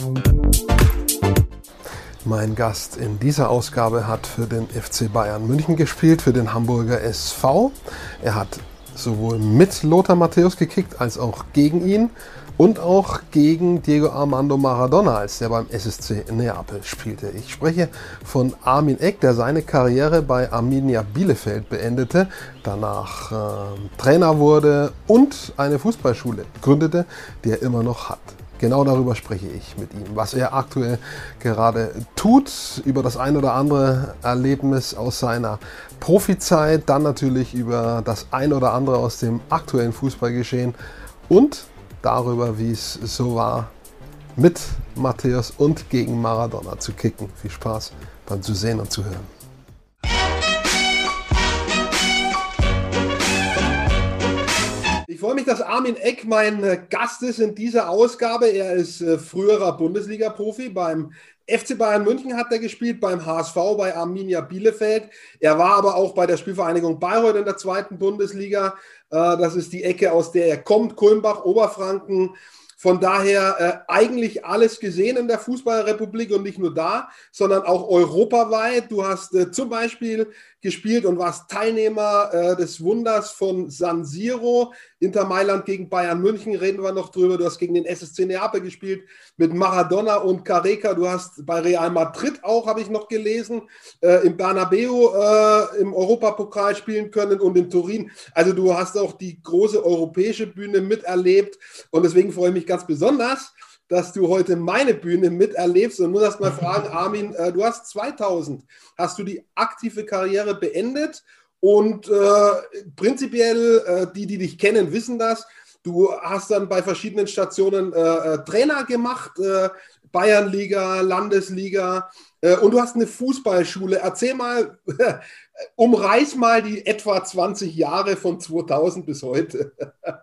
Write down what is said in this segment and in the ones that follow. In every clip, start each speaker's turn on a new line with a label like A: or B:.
A: Mein Gast in dieser Ausgabe hat für den FC Bayern München gespielt, für den Hamburger SV. Er hat sowohl mit Lothar Matthäus gekickt, als auch gegen ihn und auch gegen Diego Armando Maradona, als der beim SSC Neapel spielte. Ich spreche von Armin Eck, der seine Karriere bei Arminia Bielefeld beendete, danach Trainer wurde und eine Fußballschule gründete, die er immer noch hat. Genau darüber spreche ich mit ihm, was er aktuell gerade tut, über das ein oder andere Erlebnis aus seiner Profizeit, dann natürlich über das ein oder andere aus dem aktuellen Fußballgeschehen und darüber, wie es so war, mit Matthäus und gegen Maradona zu kicken. Viel Spaß beim Zusehen und Zuhören. Ich freue mich, dass Armin Eck mein Gast ist in dieser Ausgabe. Er ist früherer Bundesliga-Profi. Beim FC Bayern München hat er gespielt, beim HSV, bei Arminia Bielefeld. Er war aber auch bei der Spielvereinigung Bayreuth in der 2. Bundesliga. Das ist die Ecke, aus der er kommt, Kulmbach, Oberfranken. Von daher eigentlich alles gesehen in der Fußballrepublik und nicht nur da, sondern auch europaweit. Du hast zum Beispiel gespielt und warst Teilnehmer des Wunders von San Siro. Inter Mailand gegen Bayern München, reden wir noch drüber. Du hast gegen den SSC Neapel gespielt mit Maradona und Careca. Du hast bei Real Madrid auch, habe ich noch gelesen, im Bernabeu im Europapokal spielen können und in Turin. Also du hast auch die große europäische Bühne miterlebt und deswegen freue ich mich ganz besonders, dass du heute meine Bühne miterlebst und muss erst mal fragen, Armin, du hast 2000, hast du die aktive Karriere beendet und prinzipiell, die dich kennen, wissen das, du hast dann bei verschiedenen Stationen Trainer gemacht, Bayernliga, Landesliga und du hast eine Fußballschule. Erzähl mal, umreiß mal die etwa 20 Jahre von 2000 bis heute.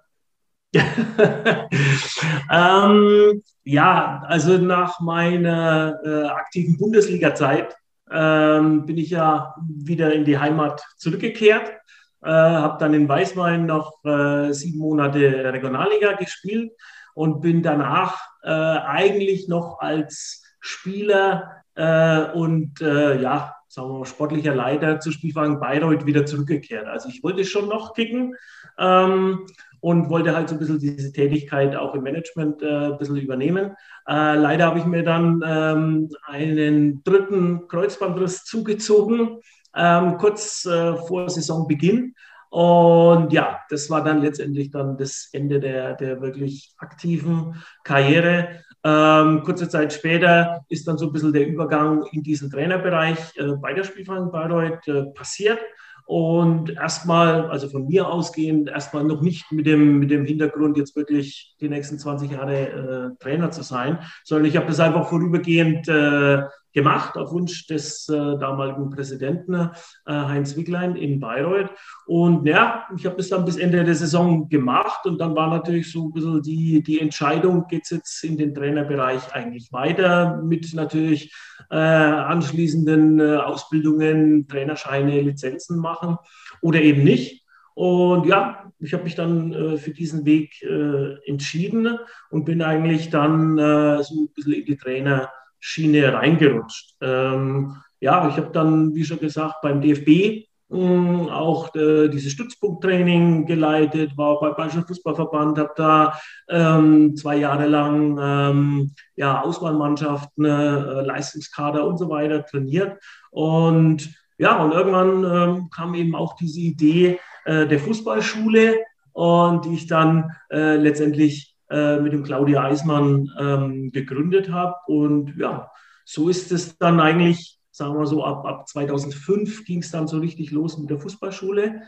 B: Ja, also nach meiner aktiven Bundesliga-Zeit bin ich ja wieder in die Heimat zurückgekehrt, habe dann in Weißwein noch 7 Monate Regionalliga gespielt und bin danach eigentlich noch als Spieler ja, sagen wir mal, sportlicher Leiter zu Spielverein Bayreuth wieder zurückgekehrt. Also ich wollte schon noch kicken, und wollte halt so ein bisschen diese Tätigkeit auch im Management ein bisschen übernehmen. Leider habe ich mir dann einen 3. Kreuzbandriss zugezogen, kurz vor Saisonbeginn. Und ja, das war dann letztendlich dann das Ende der wirklich aktiven Karriere. Kurze Zeit später ist dann so ein bisschen der Übergang in diesen Trainerbereich bei der Spielvereinigung Bayreuth passiert. Und erstmal, also von mir ausgehend, erstmal noch nicht mit dem Hintergrund, jetzt wirklich die nächsten 20 Jahre Trainer zu sein, sondern ich habe das einfach vorübergehend gemacht, auf Wunsch des damaligen Präsidenten Heinz Wicklein in Bayreuth. Und ja, ich habe das dann bis Ende der Saison gemacht und dann war natürlich so ein bisschen die Entscheidung, geht es jetzt in den Trainerbereich eigentlich weiter mit natürlich anschließenden Ausbildungen, Trainerscheine, Lizenzen machen oder eben nicht. Und ja, ich habe mich dann für diesen Weg entschieden und bin eigentlich dann so ein bisschen in die Trainerschiene reingerutscht. Ja, ich habe dann, wie schon gesagt, beim DFB auch dieses Stützpunkttraining geleitet, war auch beim Bayerischen Fußballverband, habe da 2 Jahre lang ja, Auswahlmannschaften, Leistungskader und so weiter trainiert. Und ja, und irgendwann kam eben auch diese Idee der Fußballschule und die ich dann letztendlich mit dem Claudia Eismann gegründet habe. Und ja, so ist es dann eigentlich, sagen wir so, ab 2005 ging es dann so richtig los mit der Fußballschule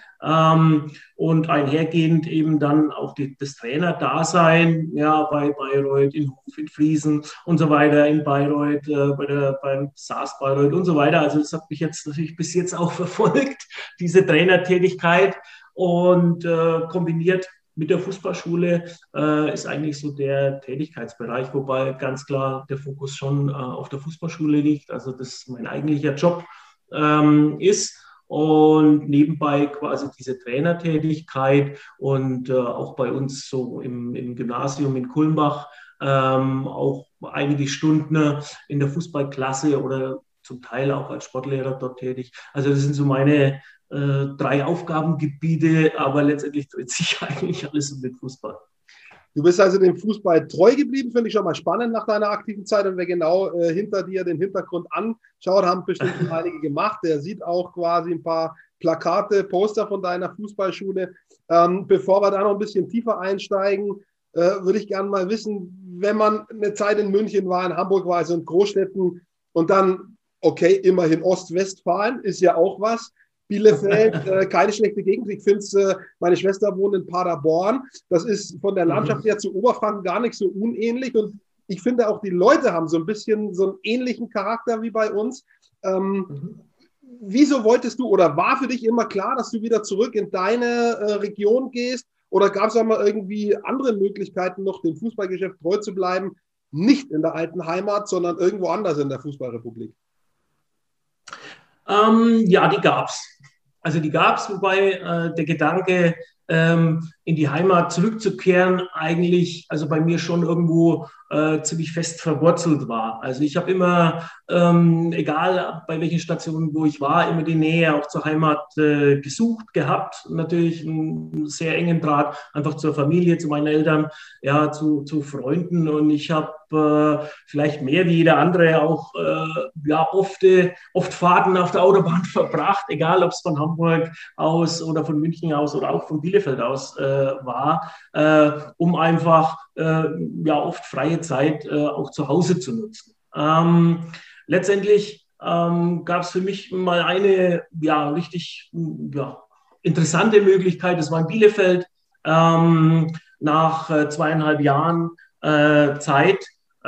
B: und einhergehend eben dann auch das Trainerdasein, ja, bei Bayreuth, in Hof, in Friesen und so weiter, in Bayreuth, beim SARS Bayreuth und so weiter. Also das hat mich jetzt natürlich bis jetzt auch verfolgt, diese Trainertätigkeit und kombiniert mit der Fußballschule ist eigentlich so der Tätigkeitsbereich, wobei ganz klar der Fokus schon auf der Fußballschule liegt, also das mein eigentlicher Job ist und nebenbei quasi diese Trainertätigkeit und auch bei uns so im Gymnasium in Kulmbach auch einige Stunden in der Fußballklasse oder zum Teil auch als Sportlehrer dort tätig. Also das sind so meine 3 Aufgabengebiete, aber letztendlich dreht sich eigentlich alles um den Fußball.
A: Du bist also dem Fußball treu geblieben, finde ich schon mal spannend nach deiner aktiven Zeit. Und wer genau hinter dir den Hintergrund anschaut, haben bestimmt schon einige gemacht. Der sieht auch quasi ein paar Plakate, Poster von deiner Fußballschule. Bevor wir da noch ein bisschen tiefer einsteigen, würde ich gerne mal wissen, wenn man eine Zeit in München war, in Hamburg war, also in Großstädten und dann, okay, immerhin Ostwestfalen, ist ja auch was. Bielefeld, keine schlechte Gegend. Ich finde es, meine Schwester wohnt in Paderborn. Das ist von der Landschaft her zu Oberfranken gar nicht so unähnlich. Und ich finde auch, die Leute haben so ein bisschen so einen ähnlichen Charakter wie bei uns. Wieso wolltest du oder war für dich immer klar, dass du wieder zurück in deine Region gehst? Oder gab es auch mal irgendwie andere Möglichkeiten, noch dem Fußballgeschäft treu zu bleiben? Nicht in der alten Heimat, sondern irgendwo anders in der Fußballrepublik?
B: Ja, die gab's. Also die gab's, wobei der Gedanke, in die Heimat zurückzukehren, eigentlich also bei mir schon irgendwo ziemlich fest verwurzelt war. Also ich habe immer, egal bei welchen Stationen, wo ich war, immer die Nähe auch zur Heimat gesucht gehabt. Natürlich einen sehr engen Draht einfach zur Familie, zu meinen Eltern, ja, zu Freunden. Und ich habe vielleicht mehr wie jeder andere auch ja, oft Fahrten auf der Autobahn verbracht, egal ob es von Hamburg aus oder von München aus oder auch von Bielefeld aus war, um einfach ja, oft freie Zeit auch zu Hause zu nutzen. Letztendlich gab es für mich mal eine ja, richtig ja, interessante Möglichkeit, das war in Bielefeld, nach 2,5 Jahren Zeit.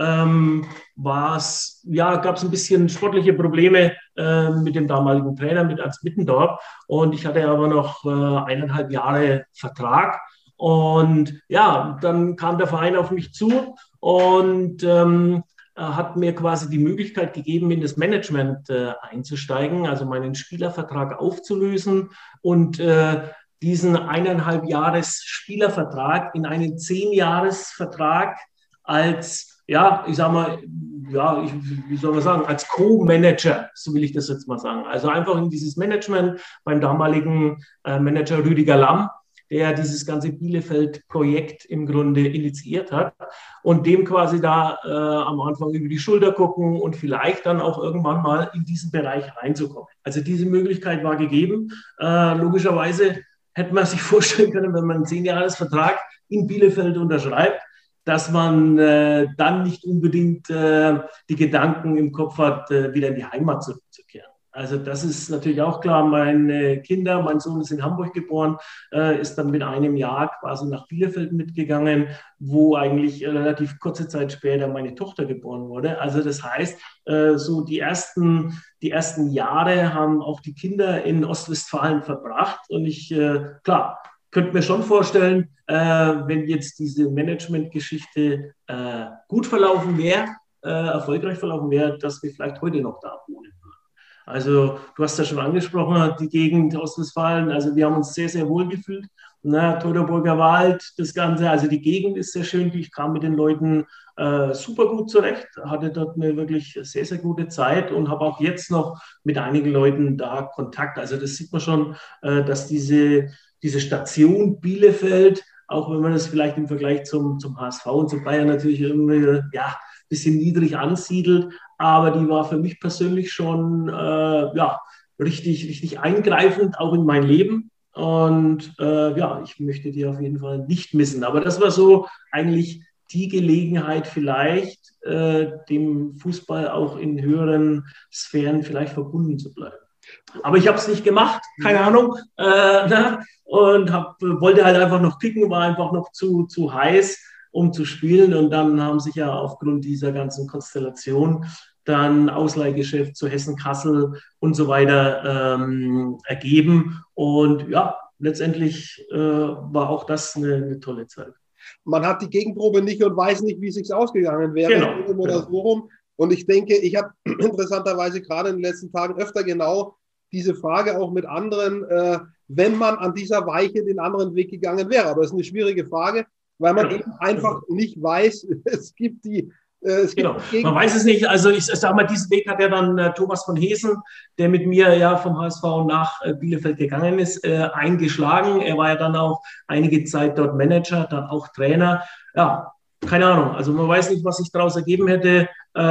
B: Ja, gab es ein bisschen sportliche Probleme mit dem damaligen Trainer, mit Ernst Mittendorf. Und ich hatte aber noch 1,5 Jahre Vertrag. Und ja, dann kam der Verein auf mich zu und hat mir quasi die Möglichkeit gegeben, in das Management einzusteigen, also meinen Spielervertrag aufzulösen und diesen 1,5 Jahres Spielervertrag in einen 10-Jahres-Vertrag als, ja, ich sag mal, ja, wie soll man sagen, als Co-Manager, so will ich das jetzt mal sagen. Also einfach in dieses Management beim damaligen Manager Rüdiger Lamm, der dieses ganze Bielefeld-Projekt im Grunde initiiert hat und dem quasi da am Anfang über die Schulter gucken und vielleicht dann auch irgendwann mal in diesen Bereich reinzukommen. Also diese Möglichkeit war gegeben. Logischerweise hätte man sich vorstellen können, wenn man einen 10-Jahres-Vertrag in Bielefeld unterschreibt, dass man dann nicht unbedingt die Gedanken im Kopf hat, wieder in die Heimat zurückzukehren. Also das ist natürlich auch klar. Meine Kinder, mein Sohn ist in Hamburg geboren, ist dann mit 1 Jahr quasi nach Bielefeld mitgegangen, wo eigentlich relativ kurze Zeit später meine Tochter geboren wurde. Also das heißt, so die ersten Jahre haben auch die Kinder in Ostwestfalen verbracht. Und ich, klar, könnte mir schon vorstellen, wenn jetzt diese Management-Geschichte gut verlaufen wäre, erfolgreich verlaufen wäre, dass wir vielleicht heute noch da wohnen. Also du hast ja schon angesprochen, die Gegend Ostwestfalen, also wir haben uns sehr, sehr wohl gefühlt. Teutoburger Wald, das Ganze, also die Gegend ist sehr schön, ich kam mit den Leuten super gut zurecht, hatte dort eine wirklich sehr, sehr gute Zeit und habe auch jetzt noch mit einigen Leuten da Kontakt. Also das sieht man schon, dass diese Station Bielefeld, auch wenn man das vielleicht im Vergleich zum HSV und zu Bayern natürlich irgendwie ja, ein bisschen niedrig ansiedelt, aber die war für mich persönlich schon ja, richtig eingreifend, auch in mein Leben. Und ja, ich möchte die auf jeden Fall nicht missen. Aber das war so eigentlich die Gelegenheit, vielleicht dem Fußball auch in höheren Sphären vielleicht verbunden zu bleiben. Aber ich habe es nicht gemacht, keine Ahnung. Und wollte halt einfach noch kicken, war einfach noch zu heiß, um zu spielen. Und dann haben sich ja aufgrund dieser ganzen Konstellation dann Ausleihgeschäft zu Hessen, Kassel und so weiter ergeben. Und ja, letztendlich war auch das eine tolle Zeit.
A: Man hat die Gegenprobe nicht und weiß nicht, wie es sich ausgegangen wäre,
B: genau,
A: oder so rum. Und ich denke, ich habe interessanterweise gerade in den letzten Tagen öfter genau diese Frage auch mit anderen, wenn man an dieser Weiche den anderen Weg gegangen wäre. Aber das ist eine schwierige Frage. weil man eben einfach nicht weiß, es gibt die.
B: Genau, man weiß es nicht. Also ich sage mal, diesen Weg hat ja dann Thomas von Heesen, der mit mir ja vom HSV nach Bielefeld gegangen ist, eingeschlagen. Er war ja dann auch einige Zeit dort Manager, dann auch Trainer. Ja, keine Ahnung. Also man weiß nicht, was sich daraus ergeben hätte.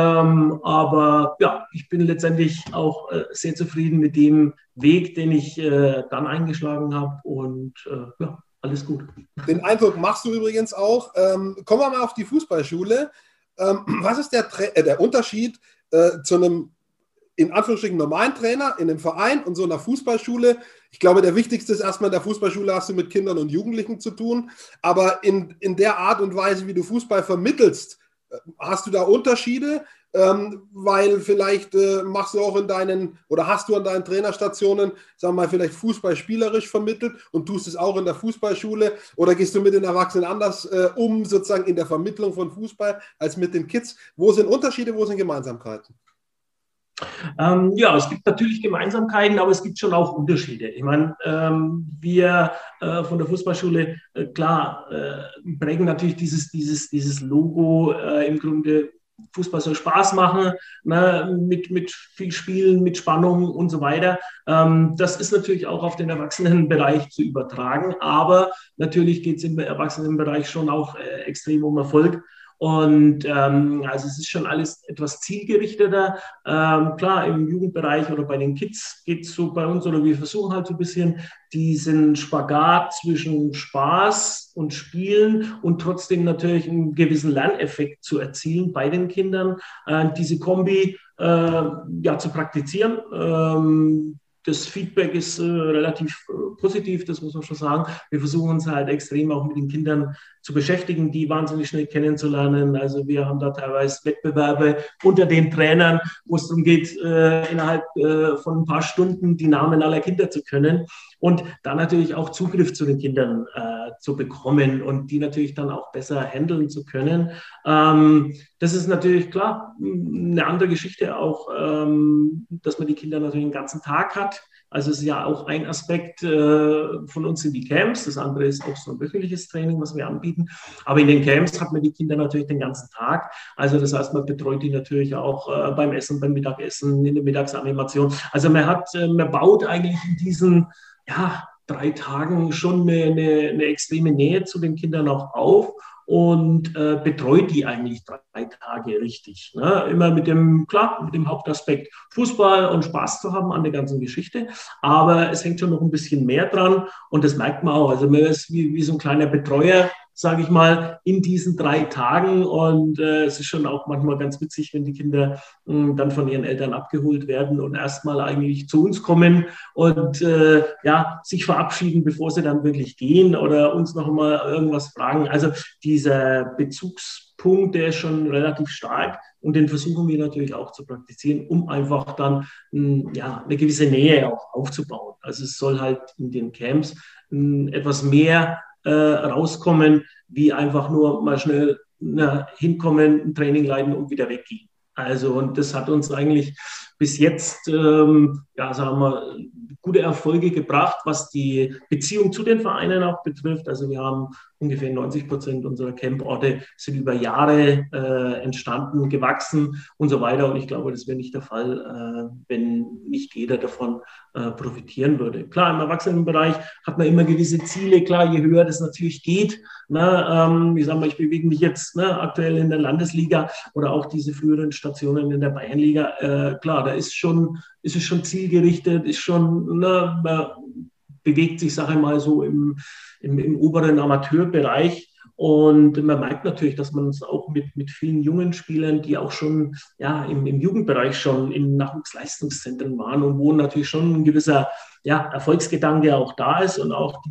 B: Aber ja, ich bin letztendlich auch sehr zufrieden mit dem Weg, den ich dann eingeschlagen habe. Und ja, alles gut.
A: Den Eindruck machst du übrigens auch. Kommen wir mal auf die Fußballschule. Was ist der Unterschied zu einem, in Anführungsstrichen, normalen Trainer in einem Verein und so einer Fußballschule? Ich glaube, der wichtigste ist erstmal, in der Fußballschule hast du mit Kindern und Jugendlichen zu tun, aber in der Art und Weise, wie du Fußball vermittelst, hast du da Unterschiede? Weil vielleicht machst du auch hast du an deinen Trainerstationen, sagen wir mal, vielleicht Fußball spielerisch vermittelt und tust es auch in der Fußballschule, oder gehst du mit den Erwachsenen anders sozusagen in der Vermittlung von Fußball als mit den Kids? Wo sind Unterschiede, wo sind Gemeinsamkeiten?
B: Ja, es gibt natürlich Gemeinsamkeiten, aber es gibt schon auch Unterschiede. Ich meine, wir von der Fußballschule, klar, prägen natürlich dieses Logo im Grunde. Fußball soll Spaß machen, ne, mit viel Spielen, mit Spannung und so weiter. Das ist natürlich auch auf den Erwachsenenbereich zu übertragen, aber natürlich geht es im Erwachsenenbereich schon auch extrem um Erfolg. Und also es ist schon alles etwas zielgerichteter. Klar, im Jugendbereich oder bei den Kids geht es so bei uns, oder wir versuchen halt so ein bisschen diesen Spagat zwischen Spaß und Spielen und trotzdem natürlich einen gewissen Lerneffekt zu erzielen bei den Kindern, diese Kombi ja, zu praktizieren. Das Feedback ist relativ positiv, das muss man schon sagen. Wir versuchen uns halt extrem auch mit den Kindern zu beschäftigen, die wahnsinnig schnell kennenzulernen. Also wir haben da teilweise Wettbewerbe unter den Trainern, wo es darum geht, innerhalb von ein paar Stunden die Namen aller Kinder zu können und dann natürlich auch Zugriff zu den Kindern zu bekommen und die natürlich dann auch besser handeln zu können. Das ist natürlich klar eine andere Geschichte auch, dass man die Kinder natürlich den ganzen Tag hat. Also es ist ja auch ein Aspekt von uns in die Camps. Das andere ist auch so ein wöchentliches Training, was wir anbieten. Aber in den Camps hat man die Kinder natürlich den ganzen Tag. Also das heißt, man betreut die natürlich auch beim Essen, beim Mittagessen, in der Mittagsanimation. Also man baut eigentlich in diesen 3 Tagen schon eine extreme Nähe zu den Kindern auch auf und betreut die eigentlich 3 Tage richtig. Ne? Immer mit dem Hauptaspekt Fußball und Spaß zu haben an der ganzen Geschichte. Aber es hängt schon noch ein bisschen mehr dran und das merkt man auch. Also man ist wie so ein kleiner Betreuer, sage ich mal, in diesen 3 Tagen. Und es ist schon auch manchmal ganz witzig, wenn die Kinder dann von ihren Eltern abgeholt werden und erstmal eigentlich zu uns kommen und sich verabschieden, bevor sie dann wirklich gehen oder uns noch mal irgendwas fragen. Also dieser Bezugspunkt, der ist schon relativ stark und den versuchen wir natürlich auch zu praktizieren, um einfach dann eine gewisse Nähe auch aufzubauen. Also es soll halt in den Camps etwas mehr rauskommen, wie einfach nur mal schnell hinkommen, ein Training leiten und wieder weggehen. Also und das hat uns eigentlich bis jetzt, sagen wir, gute Erfolge gebracht, was die Beziehung zu den Vereinen auch betrifft. Also wir haben ungefähr 90% unserer Camporte sind über Jahre entstanden, gewachsen und so weiter. Und ich glaube, das wäre nicht der Fall, wenn nicht jeder davon profitieren würde. Klar, im Erwachsenenbereich hat man immer gewisse Ziele. Klar, je höher das natürlich geht. Ich bewege mich jetzt aktuell in der Landesliga oder auch diese früheren Stationen in der Bayernliga. Klar, da ist es schon zielgerichtet, ist schon, man bewegt sich, sage ich mal, so im oberen Amateurbereich. Und man merkt natürlich, dass man es auch mit vielen jungen Spielern, die auch schon im Jugendbereich schon in Nachwuchsleistungszentren waren und wo natürlich schon ein gewisser Erfolgsgedanke auch da ist und auch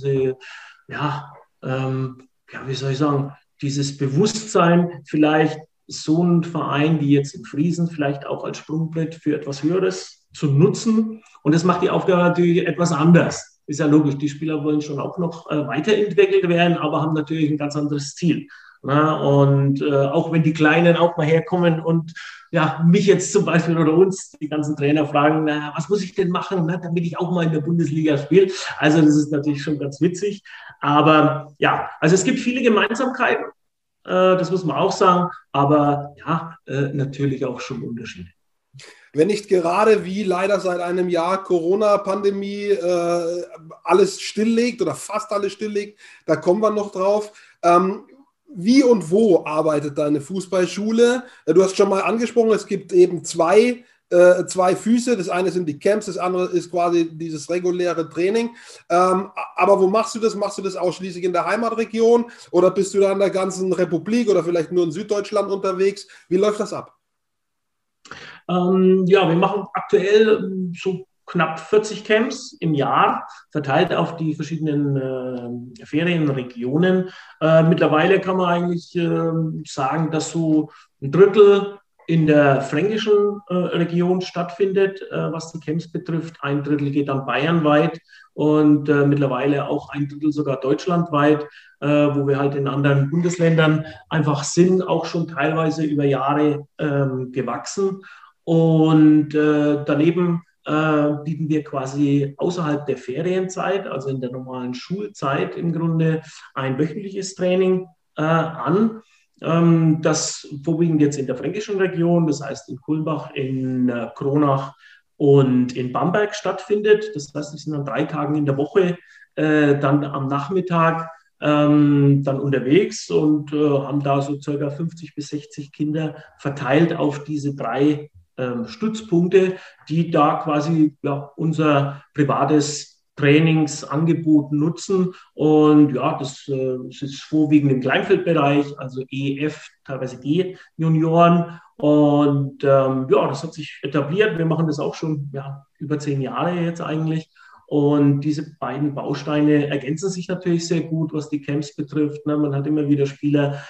B: wie soll ich sagen, dieses Bewusstsein, vielleicht so einen Verein wie jetzt in Friesen vielleicht auch als Sprungbrett für etwas Höheres zu nutzen. Und das macht die Aufgabe natürlich etwas anders. Ist ja logisch, die Spieler wollen schon auch noch weiterentwickelt werden, aber haben natürlich ein ganz anderes Ziel. Na, und auch wenn die Kleinen auch mal herkommen und ja, mich jetzt zum Beispiel oder uns, die ganzen Trainer fragen, na, was muss ich denn machen, na, damit ich auch mal in der Bundesliga spiele. Also das ist natürlich schon ganz witzig. Aber ja, also es gibt viele Gemeinsamkeiten, das muss man auch sagen, aber ja, natürlich auch schon Unterschiede.
A: Wenn nicht gerade wie leider seit einem Jahr Corona-Pandemie alles stilllegt oder fast alles stilllegt, da kommen wir noch drauf. Wie und wo arbeitet deine Fußballschule? Du hast schon mal angesprochen, es gibt eben zwei Füße. Das eine sind die Camps, das andere ist quasi dieses reguläre Training. Aber wo machst du das? Machst du das ausschließlich in der Heimatregion oder bist du da in der ganzen Republik oder vielleicht nur in Süddeutschland unterwegs? Wie läuft das ab?
B: Ja, wir machen aktuell so knapp 40 Camps im Jahr, verteilt auf die verschiedenen Ferienregionen. Mittlerweile kann man eigentlich sagen, dass so ein Drittel in der fränkischen Region stattfindet, was die Camps betrifft. Ein Drittel geht dann bayernweit und mittlerweile auch ein Drittel sogar deutschlandweit, wo wir halt in anderen Bundesländern einfach sind, auch schon teilweise über Jahre gewachsen. Und daneben bieten wir quasi außerhalb der Ferienzeit, also in der normalen Schulzeit im Grunde, ein wöchentliches Training an. Das vorwiegend jetzt in der fränkischen Region, das heißt in Kulmbach, in Kronach und in Bamberg stattfindet. Das heißt, wir sind an 3 Tagen in der Woche dann am Nachmittag dann unterwegs und haben da so circa 50 bis 60 Kinder verteilt auf diese 3 Stützpunkte, die da quasi ja, unser privates Trainingsangebot nutzen. Und ja, das ist vorwiegend im Kleinfeldbereich, also EF, teilweise G-Junioren. Und ja, das hat sich etabliert. Wir machen das auch schon ja, über 10 Jahre jetzt eigentlich. Und diese beiden Bausteine ergänzen sich natürlich sehr gut, was die Camps betrifft. Man hat immer wieder Spieler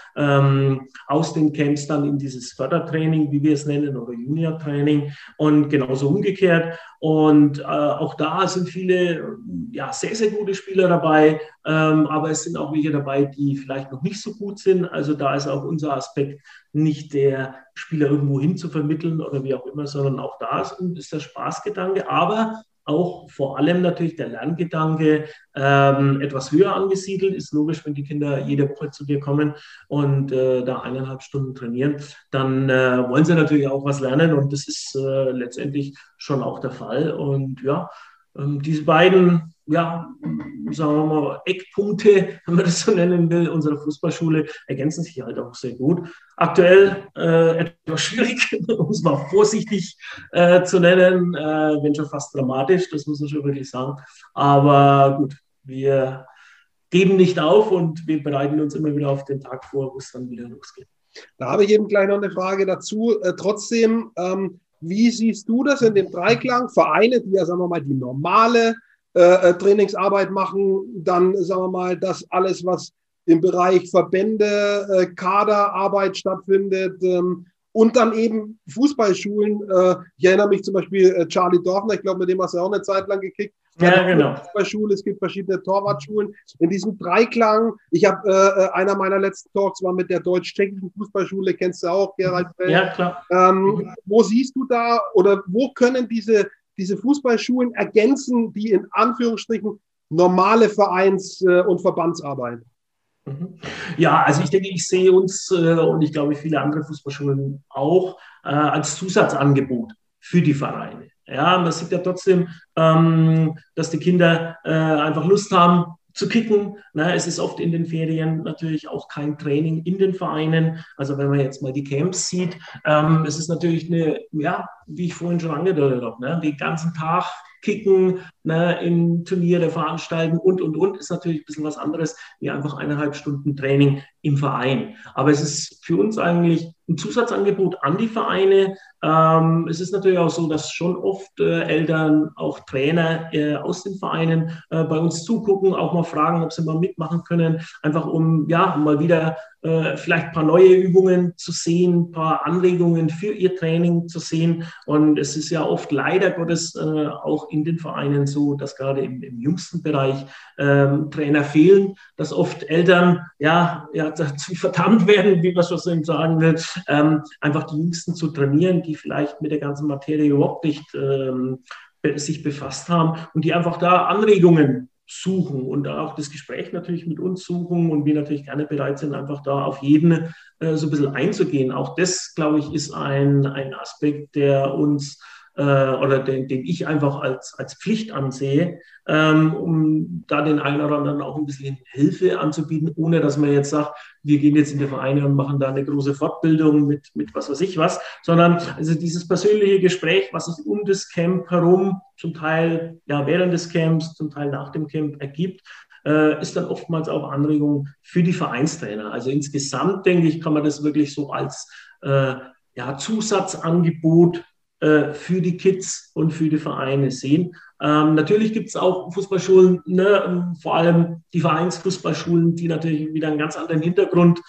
B: aus den Camps dann in dieses Fördertraining, wie wir es nennen, oder Juniortraining und genauso umgekehrt. Und auch da sind viele ja, sehr, sehr gute Spieler dabei, aber es sind auch welche dabei, die vielleicht noch nicht so gut sind. Also da ist auch unser Aspekt, nicht der Spieler irgendwo hin zu vermitteln oder wie auch immer, sondern auch da ist der Spaßgedanke, aber auch vor allem natürlich der Lerngedanke etwas höher angesiedelt. Ist logisch, wenn die Kinder jede Woche zu dir kommen und da 1,5 Stunden trainieren, dann wollen sie natürlich auch was lernen und das ist letztendlich schon auch der Fall. Und ja, diese beiden, ja, sagen wir mal, Eckpunkte, wenn man das so nennen will, unserer Fußballschule, ergänzen sich halt auch sehr gut. Aktuell etwas schwierig, um es mal vorsichtig zu nennen, wenn schon fast dramatisch, das muss man schon wirklich sagen. Aber gut, wir geben nicht auf und wir bereiten uns immer wieder auf den Tag vor, wo es dann wieder losgeht.
A: Da habe ich eben gleich noch eine Frage dazu. Trotzdem, wie siehst du das in dem Dreiklang? Vereine, die ja, sagen wir mal, die normale Trainingsarbeit machen, dann, sagen wir mal, das alles, was im Bereich Verbände, Kaderarbeit stattfindet und dann eben Fußballschulen. Ich erinnere mich zum Beispiel Charlie Dorfner, ich glaube, mit dem hast du auch eine Zeit lang gekickt.
B: Ja, genau.
A: Fußballschule, es gibt verschiedene Torwartschulen. In diesem Dreiklang, ich habe einer meiner letzten Talks war mit der deutsch-tschechischen Fußballschule, kennst du auch, Gerald Feld.
B: Ja, klar.
A: Wo siehst du da oder wo können diese Fußballschulen ergänzen, die in Anführungsstrichen normale Vereins- und Verbandsarbeit?
B: Ja, also ich denke, ich sehe uns und ich glaube viele andere Fußballschulen auch als Zusatzangebot für die Vereine. Ja, man sieht ja trotzdem, dass die Kinder einfach Lust haben zu kicken. Na, es ist oft in den Ferien natürlich auch kein Training in den Vereinen. Also wenn man jetzt mal die Camps sieht, es ist natürlich eine, ja, wie ich vorhin schon angedeutet habe, ne, den ganzen Tag kicken, ne, in Turniere veranstalten und, ist natürlich ein bisschen was anderes, wie einfach 1,5 Stunden Training im Verein. Aber es ist für uns eigentlich ein Zusatzangebot an die Vereine. Es ist natürlich auch so, dass schon oft Eltern, auch Trainer aus den Vereinen bei uns zugucken, auch mal fragen, ob sie mal mitmachen können, einfach um ja mal wieder vielleicht ein paar neue Übungen zu sehen, ein paar Anregungen für ihr Training zu sehen. Und es ist ja oft leider Gottes auch in den Vereinen so, dass gerade im jüngsten Bereich Trainer fehlen, dass oft Eltern dazu verdammt werden, wie man schon so sagen will, einfach die Jüngsten zu trainieren, die vielleicht mit der ganzen Materie überhaupt nicht sich befasst haben und die einfach da Anregungen suchen und auch das Gespräch natürlich mit uns suchen und wir natürlich gerne bereit sind, einfach da auf jeden so ein bisschen einzugehen. Auch das, glaube ich, ist ein Aspekt, der uns oder den ich einfach als Pflicht ansehe, um da den einen oder anderen auch ein bisschen Hilfe anzubieten, ohne dass man jetzt sagt, wir gehen jetzt in die Vereine und machen da eine große Fortbildung mit was weiß ich was, sondern also dieses persönliche Gespräch, was sich um das Camp herum, zum Teil während des Camps, zum Teil nach dem Camp ergibt, ist dann oftmals auch Anregung für die Vereinstrainer. Also insgesamt, denke ich, kann man das wirklich so als Zusatzangebot für die Kids und für die Vereine sehen. Natürlich gibt es auch Fußballschulen, vor allem die Vereinsfußballschulen, die natürlich wieder einen ganz anderen Hintergrund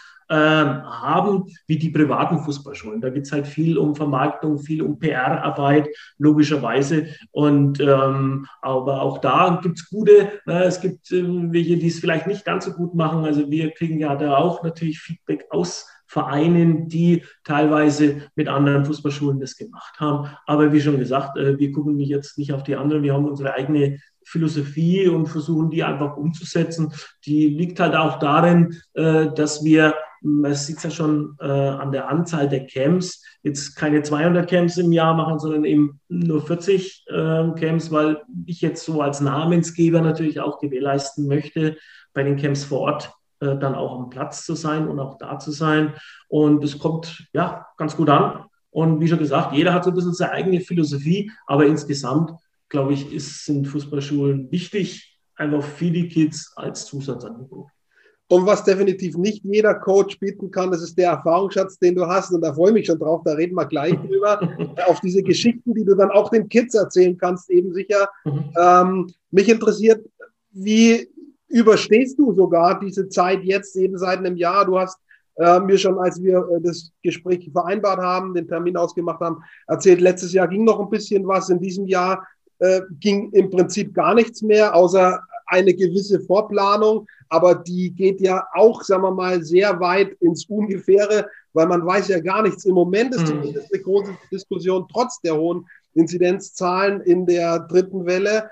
B: haben, wie die privaten Fußballschulen. Da geht es halt viel um Vermarktung, viel um PR-Arbeit, logischerweise. Und aber auch da gibt es gute, es gibt welche, die es vielleicht nicht ganz so gut machen. Also wir kriegen ja da auch natürlich Feedback aus Vereinen, die teilweise mit anderen Fußballschulen das gemacht haben. Aber wie schon gesagt, wir gucken jetzt nicht auf die anderen. Wir haben unsere eigene Philosophie und versuchen, die einfach umzusetzen. Die liegt halt auch darin, dass wir, man sieht es ja schon an der Anzahl der Camps, jetzt keine 200 Camps im Jahr machen, sondern eben nur 40 Camps, weil ich jetzt so als Namensgeber natürlich auch gewährleisten möchte, bei den Camps vor Ort dann auch am Platz zu sein und auch da zu sein. Und es kommt ganz gut an. Und wie schon gesagt, jeder hat so ein bisschen seine eigene Philosophie, aber insgesamt, glaube ich, sind Fußballschulen wichtig, einfach für die Kids als Zusatzangebot.
A: Und was definitiv nicht jeder Coach bieten kann, das ist der Erfahrungsschatz, den du hast. Und da freue ich mich schon drauf, da reden wir gleich drüber. Auf diese Geschichten, die du dann auch den Kids erzählen kannst, eben sicher. Mich interessiert, wie überstehst du sogar diese Zeit jetzt eben seit einem Jahr? Du hast mir schon, als wir das Gespräch vereinbart haben, den Termin ausgemacht haben, erzählt, letztes Jahr ging noch ein bisschen was. In diesem Jahr ging im Prinzip gar nichts mehr, außer eine gewisse Vorplanung. Aber die geht ja auch, sagen wir mal, sehr weit ins Ungefähre, weil man weiß ja gar nichts. Im Moment ist zumindest eine große Diskussion, trotz der hohen Inzidenzzahlen in der dritten Welle,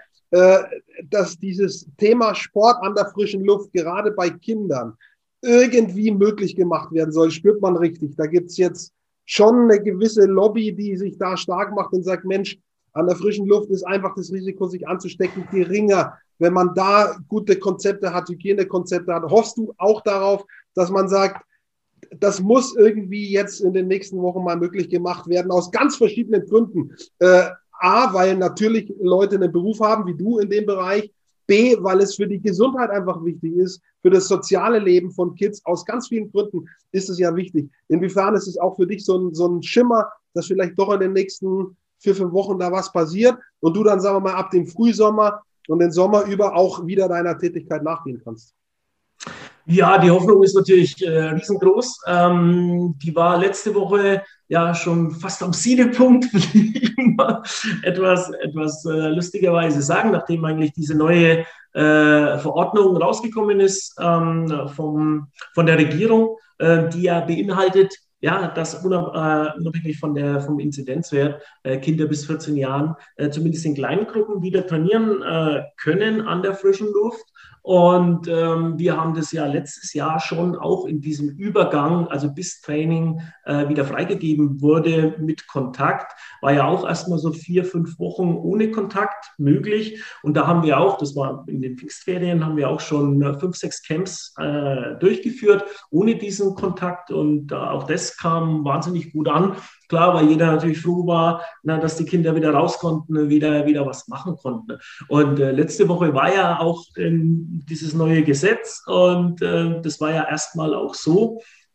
A: dass dieses Thema Sport an der frischen Luft gerade bei Kindern irgendwie möglich gemacht werden soll, spürt man richtig. Da gibt es jetzt schon eine gewisse Lobby, die sich da stark macht und sagt, Mensch, an der frischen Luft ist einfach das Risiko, sich anzustecken, geringer. Wenn man da gute Konzepte hat, Hygienekonzepte hat, hoffst du auch darauf, dass man sagt, das muss irgendwie jetzt in den nächsten Wochen mal möglich gemacht werden, aus ganz verschiedenen Gründen. A, weil natürlich Leute einen Beruf haben, wie du in dem Bereich. B, weil es für die Gesundheit einfach wichtig ist, für das soziale Leben von Kids. Aus ganz vielen Gründen ist es ja wichtig. Inwiefern ist es auch für dich so ein Schimmer, dass vielleicht doch in den nächsten 4-5 Wochen da was passiert und du dann, sagen wir mal, ab dem Frühsommer und den Sommer über auch wieder deiner Tätigkeit nachgehen kannst?
B: Ja, die Hoffnung ist natürlich riesengroß. Die war letzte Woche ja schon fast am Siedepunkt, will ich mal etwas lustigerweise sagen, nachdem eigentlich diese neue Verordnung rausgekommen ist von der Regierung, die ja beinhaltet, dass unabhängig vom Inzidenzwert Kinder bis 14 Jahren zumindest in kleinen Gruppen wieder trainieren können an der frischen Luft. Und wir haben das ja letztes Jahr schon auch in diesem Übergang, also bis Training wieder freigegeben wurde mit Kontakt, war ja auch erstmal so 4-5 Wochen ohne Kontakt möglich. Und da haben wir auch, das war in den Pfingstferien, haben wir auch schon 5-6 Camps durchgeführt ohne diesen Kontakt. Und auch das kam wahnsinnig gut an. Klar, weil jeder natürlich froh war, dass die Kinder wieder raus konnten, wieder was machen konnten. Und letzte Woche war ja auch dieses neue Gesetz und das war ja erstmal auch so,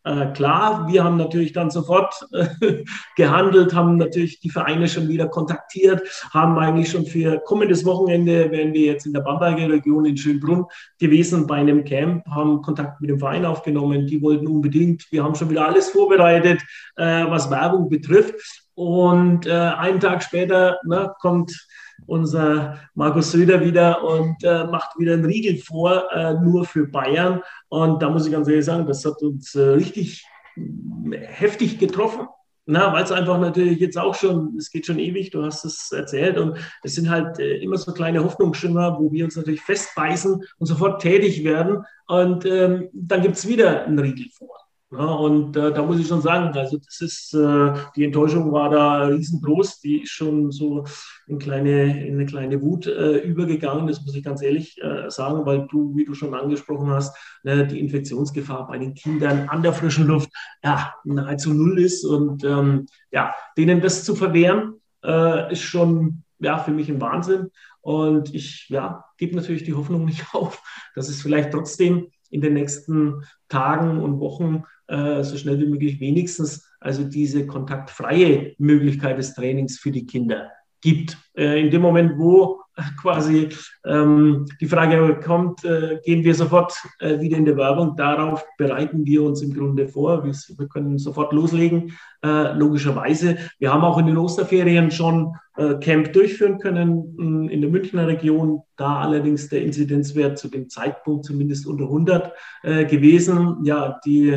B: Klar, wir haben natürlich dann sofort gehandelt, haben natürlich die Vereine schon wieder kontaktiert, haben eigentlich schon für kommendes Wochenende, wären wir jetzt in der Bamberger Region in Schönbrunn gewesen bei einem Camp, haben Kontakt mit dem Verein aufgenommen, die wollten unbedingt, wir haben schon wieder alles vorbereitet, was Werbung betrifft. Und einen Tag später kommt unser Markus Söder wieder und macht wieder einen Riegel vor, nur für Bayern. Und da muss ich ganz ehrlich sagen, das hat uns richtig heftig getroffen. Weil es einfach natürlich jetzt auch schon, es geht schon ewig, du hast es erzählt, und es sind halt immer so kleine Hoffnungsschimmer, wo wir uns natürlich festbeißen und sofort tätig werden. Und dann gibt es wieder einen Riegel vor. Ja, und da muss ich schon sagen, also das ist, die Enttäuschung war da riesengroß, die ist schon so in eine kleine Wut übergegangen, das muss ich ganz ehrlich sagen, weil du, wie du schon angesprochen hast, die Infektionsgefahr bei den Kindern an der frischen Luft ja nahezu null ist, und denen das zu verwehren, ist schon für mich ein Wahnsinn, und ich gebe natürlich die Hoffnung nicht auf, dass es vielleicht trotzdem in den nächsten Tagen und Wochen so schnell wie möglich wenigstens also diese kontaktfreie Möglichkeit des Trainings für die Kinder gibt. In dem Moment, wo quasi die Frage kommt, gehen wir sofort wieder in die Werbung. Darauf bereiten wir uns im Grunde vor. Wir können sofort loslegen, logischerweise. Wir haben auch in den Osterferien schon Camp durchführen können in der Münchner Region. Da allerdings der Inzidenzwert zu dem Zeitpunkt zumindest unter 100 gewesen. Ja,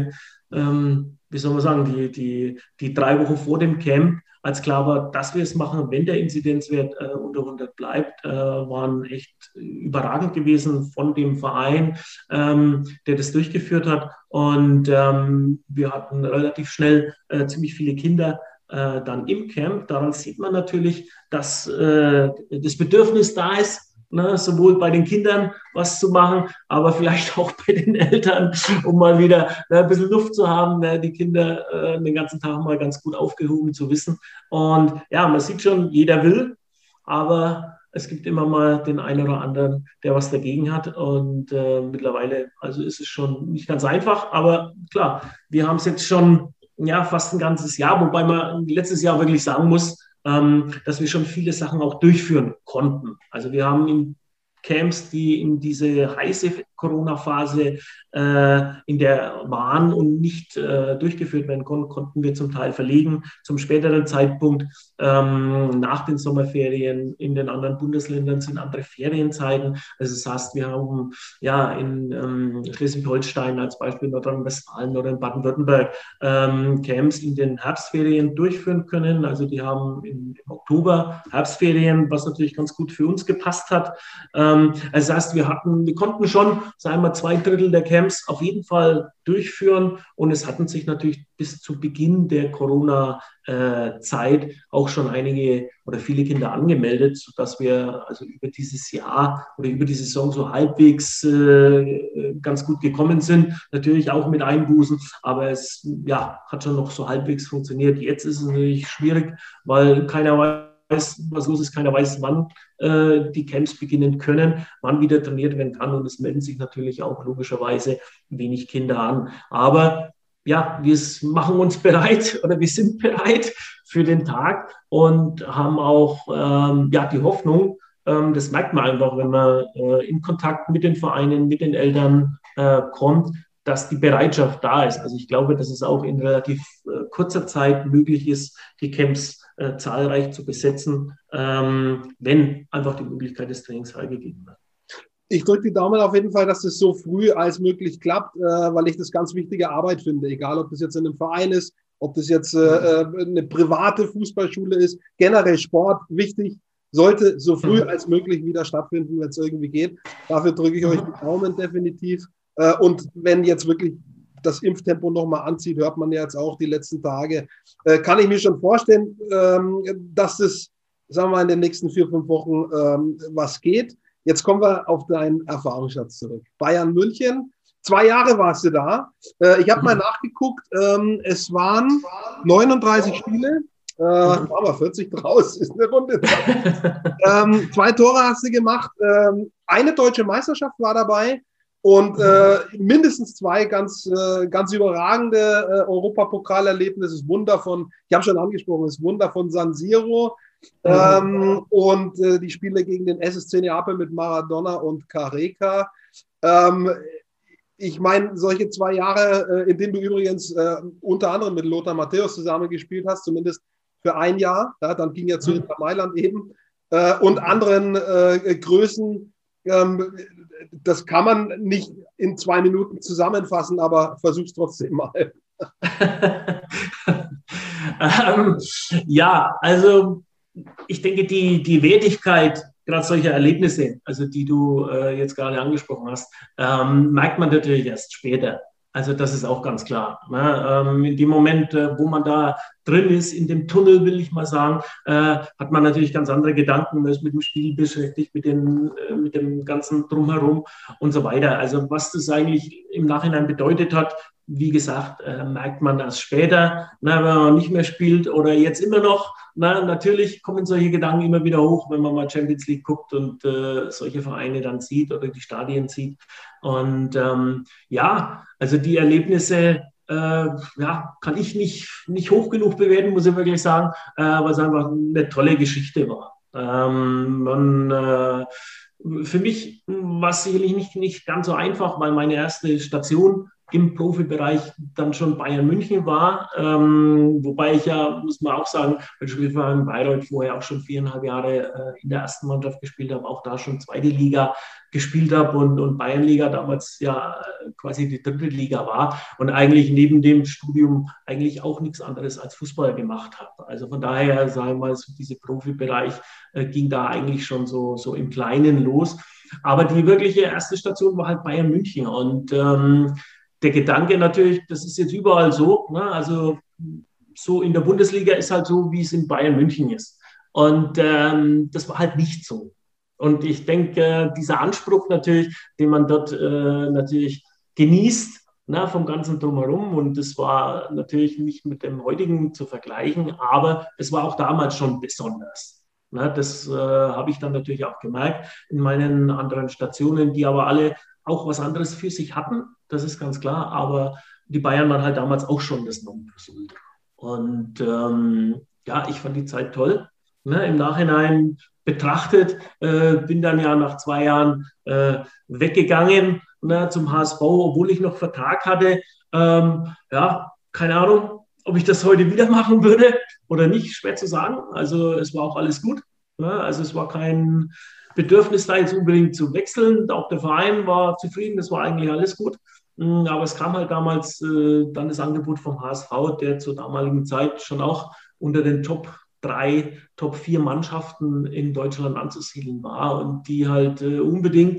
B: wie soll man sagen, die 3 Wochen vor dem Camp, als klar war, dass wir es machen, wenn der Inzidenzwert unter 100 bleibt, waren echt überragend gewesen von dem Verein, der das durchgeführt hat. Und wir hatten relativ schnell ziemlich viele Kinder dann im Camp. Daran sieht man natürlich, dass das Bedürfnis da ist, sowohl bei den Kindern was zu machen, aber vielleicht auch bei den Eltern, um mal wieder ein bisschen Luft zu haben, die Kinder den ganzen Tag mal ganz gut aufgehoben zu wissen. Und ja, man sieht schon, jeder will, aber es gibt immer mal den einen oder anderen, der was dagegen hat. Und mittlerweile, also ist es schon nicht ganz einfach, aber klar, wir haben es jetzt schon fast ein ganzes Jahr, wobei man letztes Jahr wirklich sagen muss, dass wir schon viele Sachen auch durchführen konnten. Also wir haben in Camps, die in diese heiße Corona-Phase in der waren und nicht durchgeführt werden konnten, konnten wir zum Teil verlegen zum späteren Zeitpunkt. Nach den Sommerferien in den anderen Bundesländern sind andere Ferienzeiten. Also das heißt, wir haben in Schleswig-Holstein als Beispiel, Nordrhein-Westfalen oder in Baden-Württemberg Camps in den Herbstferien durchführen können. Also die haben im Oktober Herbstferien, was natürlich ganz gut für uns gepasst hat. Also das heißt, wir konnten schon, sagen wir, 2/3 der Camps auf jeden Fall durchführen, und es hatten sich natürlich bis zu Beginn der Corona-Zeit auch schon einige oder viele Kinder angemeldet, sodass wir also über dieses Jahr oder über die Saison so halbwegs ganz gut gekommen sind. Natürlich auch mit Einbußen, aber es hat schon noch so halbwegs funktioniert. Jetzt ist es natürlich schwierig, weil keiner weiß, was los ist, keiner weiß, wann die Camps beginnen können, wann wieder trainiert werden kann, und es melden sich natürlich auch logischerweise wenig Kinder an. Aber wir machen uns bereit, oder wir sind bereit für den Tag und haben auch die Hoffnung, das merkt man einfach, wenn man in Kontakt mit den Vereinen, mit den Eltern kommt, dass die Bereitschaft da ist. Also ich glaube, dass es auch in relativ kurzer Zeit möglich ist, die Camps zahlreich zu besetzen, wenn einfach die Möglichkeit des Trainings freigegeben wird.
A: Ich drücke die Daumen auf jeden Fall, dass das so früh als möglich klappt, weil ich das ganz wichtige Arbeit finde. Egal, ob das jetzt in einem Verein ist, ob das jetzt eine private Fußballschule ist, generell Sport, wichtig, sollte so früh als möglich wieder stattfinden, wenn es irgendwie geht. Dafür drücke ich euch die Daumen definitiv. Und wenn jetzt wirklich das Impftempo nochmal anzieht, hört man ja jetzt auch die letzten Tage, kann ich mir schon vorstellen, dass es, sagen wir mal, in den nächsten 4-5 Wochen was geht. Jetzt kommen wir auf deinen Erfahrungsschatz zurück. Bayern München, 2 Jahre warst du da. Ich habe mal nachgeguckt, es waren 39 Spiele, waren wir 40 draus, ist eine Runde. 2 Tore hast du gemacht, eine deutsche Meisterschaft war dabei. Und mindestens 2 ganz überragende Europapokalerlebnisse. Das Wunder von, ich habe schon angesprochen, das Wunder von San Siro und die Spiele gegen den SSC Neapel mit Maradona und Careca. Ich meine, solche 2 Jahre, in denen du übrigens unter anderem mit Lothar Matthäus zusammengespielt hast, zumindest für 1 Jahr, ja, dann ging er zu Inter Mailand eben, und anderen Größen, das kann man nicht in 2 Minuten zusammenfassen, aber versuch's trotzdem mal.
B: Ja, also ich denke, die Wertigkeit gerade solcher Erlebnisse, also die du jetzt gerade angesprochen hast, merkt man natürlich erst später. Also das ist auch ganz klar. Ne? In dem Moment, wo man da drin ist, in dem Tunnel, will ich mal sagen, hat man natürlich ganz andere Gedanken, man ist mit dem Spiel beschäftigt, mit dem ganzen Drumherum und so weiter. Also was das eigentlich im Nachhinein bedeutet hat, wie gesagt, merkt man erst später, wenn man nicht mehr spielt oder jetzt immer noch. Natürlich kommen solche Gedanken immer wieder hoch, wenn man mal Champions League guckt und solche Vereine dann sieht oder die Stadien sieht. Und ja, also die Erlebnisse kann ich nicht hoch genug bewerten, muss ich wirklich sagen, weil es einfach eine tolle Geschichte war. Für mich war es sicherlich nicht ganz so einfach, weil meine erste Station im Profibereich dann schon Bayern München war, wobei ich ja, muss man auch sagen, bei Spielverein Bayreuth vorher auch schon 4,5 Jahre in der ersten Mannschaft gespielt habe, auch da schon 2. Liga gespielt habe und Bayernliga damals ja quasi die 3. Liga war und eigentlich neben dem Studium eigentlich auch nichts anderes als Fußball gemacht habe. Also von daher, sagen wir mal, so dieser Profibereich ging da eigentlich schon so im Kleinen los. Aber die wirkliche erste Station war halt Bayern München und der Gedanke natürlich, das ist jetzt überall so, ne? Also so in der Bundesliga ist halt so, wie es in Bayern München ist. Und das war halt nicht so. Und ich denke, dieser Anspruch natürlich, den man dort natürlich genießt, ne, vom ganzen Drumherum, und das war natürlich nicht mit dem heutigen zu vergleichen, aber es war auch damals schon besonders. Ne, das habe ich dann natürlich auch gemerkt in meinen anderen Stationen, die aber alle auch was anderes für sich hatten, das ist ganz klar, aber die Bayern waren halt damals auch schon das Nonplusultra. Und ja, ich fand die Zeit toll. Ne, im Nachhinein betrachtet, bin dann ja nach 2 Jahren weggegangen, ne, zum HSV, obwohl ich noch Vertrag hatte. Ja, keine Ahnung, ob ich das heute wieder machen würde oder nicht, schwer zu sagen. Also es war auch alles gut. Ne? Also es war kein Bedürfnis, da jetzt unbedingt zu wechseln. Auch der Verein war zufrieden, das war eigentlich alles gut. Aber es kam halt damals dann das Angebot vom HSV, der zur damaligen Zeit schon auch unter den Top 3, Top 4 Mannschaften in Deutschland anzusiedeln war und die halt unbedingt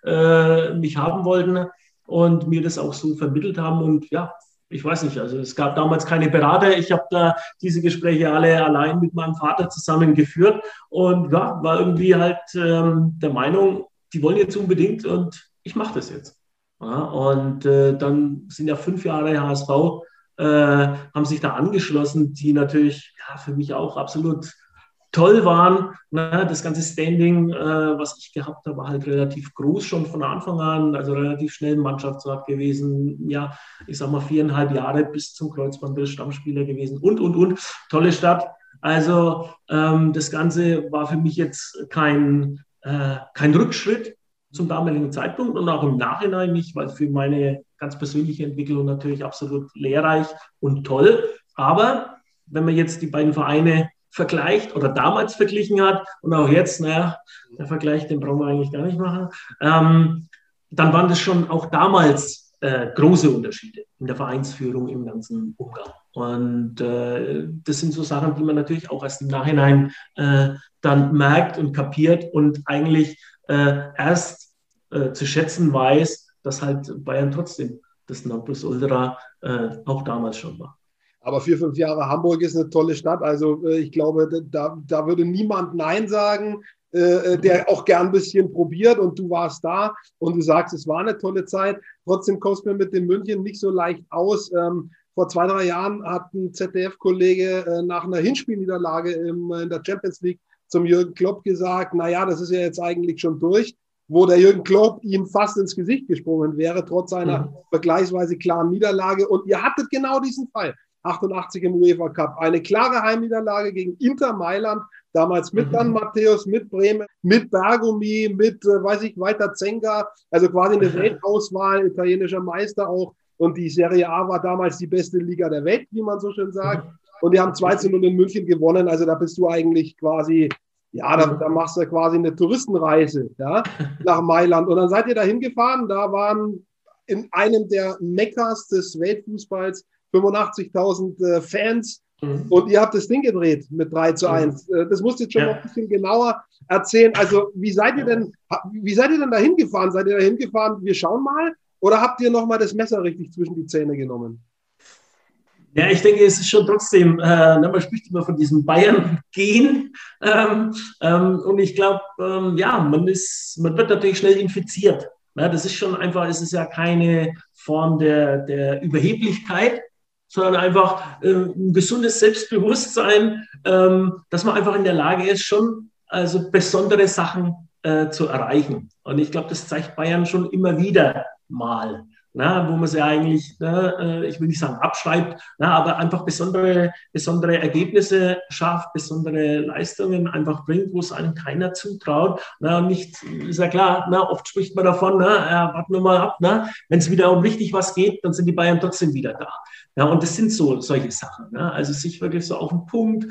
B: mich haben wollten und mir das auch so vermittelt haben. Und ja, ich weiß nicht, also es gab damals keine Berater. Ich habe da diese Gespräche alle allein mit meinem Vater zusammen geführt und ja, war irgendwie halt der Meinung, die wollen jetzt unbedingt und ich mache das jetzt. Ja, und dann sind ja 5 Jahre HSV, haben sich da angeschlossen, die natürlich ja, für mich auch absolut toll waren. Ne? Das ganze Standing, was ich gehabt habe, war halt relativ groß schon von Anfang an, also relativ schnell Mannschaftsrat gewesen. Ja, ich sag mal 4,5 Jahre bis zum Kreuzbandriss Stammspieler gewesen und. Tolle Stadt. Also das Ganze war für mich jetzt kein Rückschritt zum damaligen Zeitpunkt und auch im Nachhinein nicht, weil für meine ganz persönliche Entwicklung natürlich absolut lehrreich und toll. Aber wenn man jetzt die beiden Vereine vergleicht oder damals verglichen hat und auch jetzt, naja, der Vergleich, den brauchen wir eigentlich gar nicht machen, dann waren das schon auch damals große Unterschiede in der Vereinsführung, im ganzen Umgang. Und das sind so Sachen, die man natürlich auch erst im Nachhinein dann merkt und kapiert und eigentlich erst zu schätzen weiß, dass halt Bayern trotzdem das Nonplusultra auch damals schon war.
A: Aber 4, 5 Jahre Hamburg ist eine tolle Stadt. Also ich glaube, da würde niemand Nein sagen, der auch gern ein bisschen probiert. Und du warst da und du sagst, es war eine tolle Zeit. Trotzdem kommst du mir mit dem München nicht so leicht aus. Vor 2, 3 Jahren hat ein ZDF-Kollege nach einer Hinspielniederlage in der Champions League zum Jürgen Klopp gesagt, naja, das ist ja jetzt eigentlich schon durch. wo der Jürgen Klopp ihm fast ins Gesicht gesprungen wäre, trotz einer vergleichsweise klaren Niederlage. Und ihr hattet genau diesen Fall. 88 im UEFA Cup. Eine klare Heimniederlage gegen Inter Mailand. Damals mit dann Matthäus, mit Bremen, mit Bergomi, mit, Walter Zenga. Also quasi eine Weltauswahl, italienischer Meister auch. Und die Serie A war damals die beste Liga der Welt, wie man so schön sagt. Und die haben 2-0 in München gewonnen. Also da bist du eigentlich quasi, ja, da machst du quasi eine Touristenreise, ja, nach Mailand. Und dann seid ihr da hingefahren. Da waren in einem der Mekkas des Weltfußballs 85.000 Fans. Und ihr habt das Ding gedreht mit 3-1. Das musst du jetzt schon noch ein bisschen genauer erzählen. Also wie seid ihr denn da hingefahren? Seid ihr da hingefahren, wir schauen mal? Oder habt ihr nochmal das Messer richtig zwischen die Zähne genommen?
B: Ja, ich denke, es ist schon trotzdem, man spricht immer von diesem Bayern-Gen. Und ich glaube, man wird natürlich schnell infiziert. Ja, das ist schon einfach, es ist ja keine Form der Überheblichkeit, sondern einfach ein gesundes Selbstbewusstsein, dass man einfach in der Lage ist, schon also besondere Sachen zu erreichen. Und ich glaube, das zeigt Bayern schon immer wieder mal, wo man sie eigentlich, ich will nicht sagen abschreibt, aber einfach besondere Ergebnisse schafft, besondere Leistungen einfach bringt, wo es einem keiner zutraut. Nicht, ist ja klar, oft spricht man davon, warten wir mal ab, wenn es wieder um richtig was geht, dann sind die Bayern trotzdem wieder da. Ja, und das sind solche Sachen. Also sich wirklich so auf den Punkt,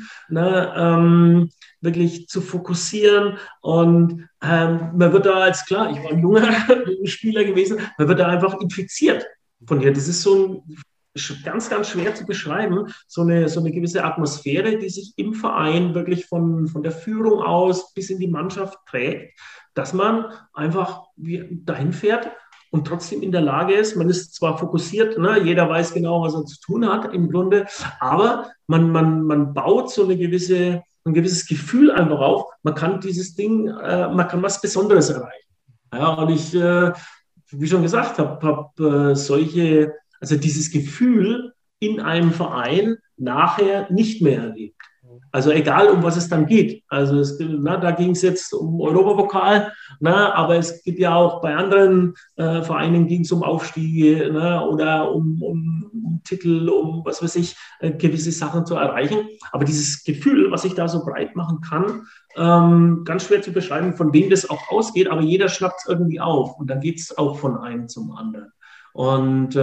B: wirklich zu fokussieren. Und man wird da als, klar, ich war ein junger Spieler gewesen, man wird da einfach infiziert von dir. Das ist so ganz, ganz schwer zu beschreiben, so eine gewisse Atmosphäre, die sich im Verein wirklich von der Führung aus bis in die Mannschaft trägt, dass man einfach dahin fährt und trotzdem in der Lage ist, man ist zwar fokussiert, jeder weiß genau, was er zu tun hat im Grunde, aber man baut so ein gewisses Gefühl einfach auf, man kann dieses Ding, man kann was Besonderes erreichen. Ja, und ich, wie schon gesagt habe, also dieses Gefühl in einem Verein nachher nicht mehr erlebt. Also egal, um was es dann geht. Also da ging es jetzt um Europapokal, aber es geht ja auch bei anderen Vereinen ging es um Aufstiege oder um Titel, um was weiß ich, gewisse Sachen zu erreichen. Aber dieses Gefühl, was sich da so breit machen kann, ganz schwer zu beschreiben, von wem das auch ausgeht, aber jeder schnappt es irgendwie auf und dann geht es auch von einem zum anderen. Und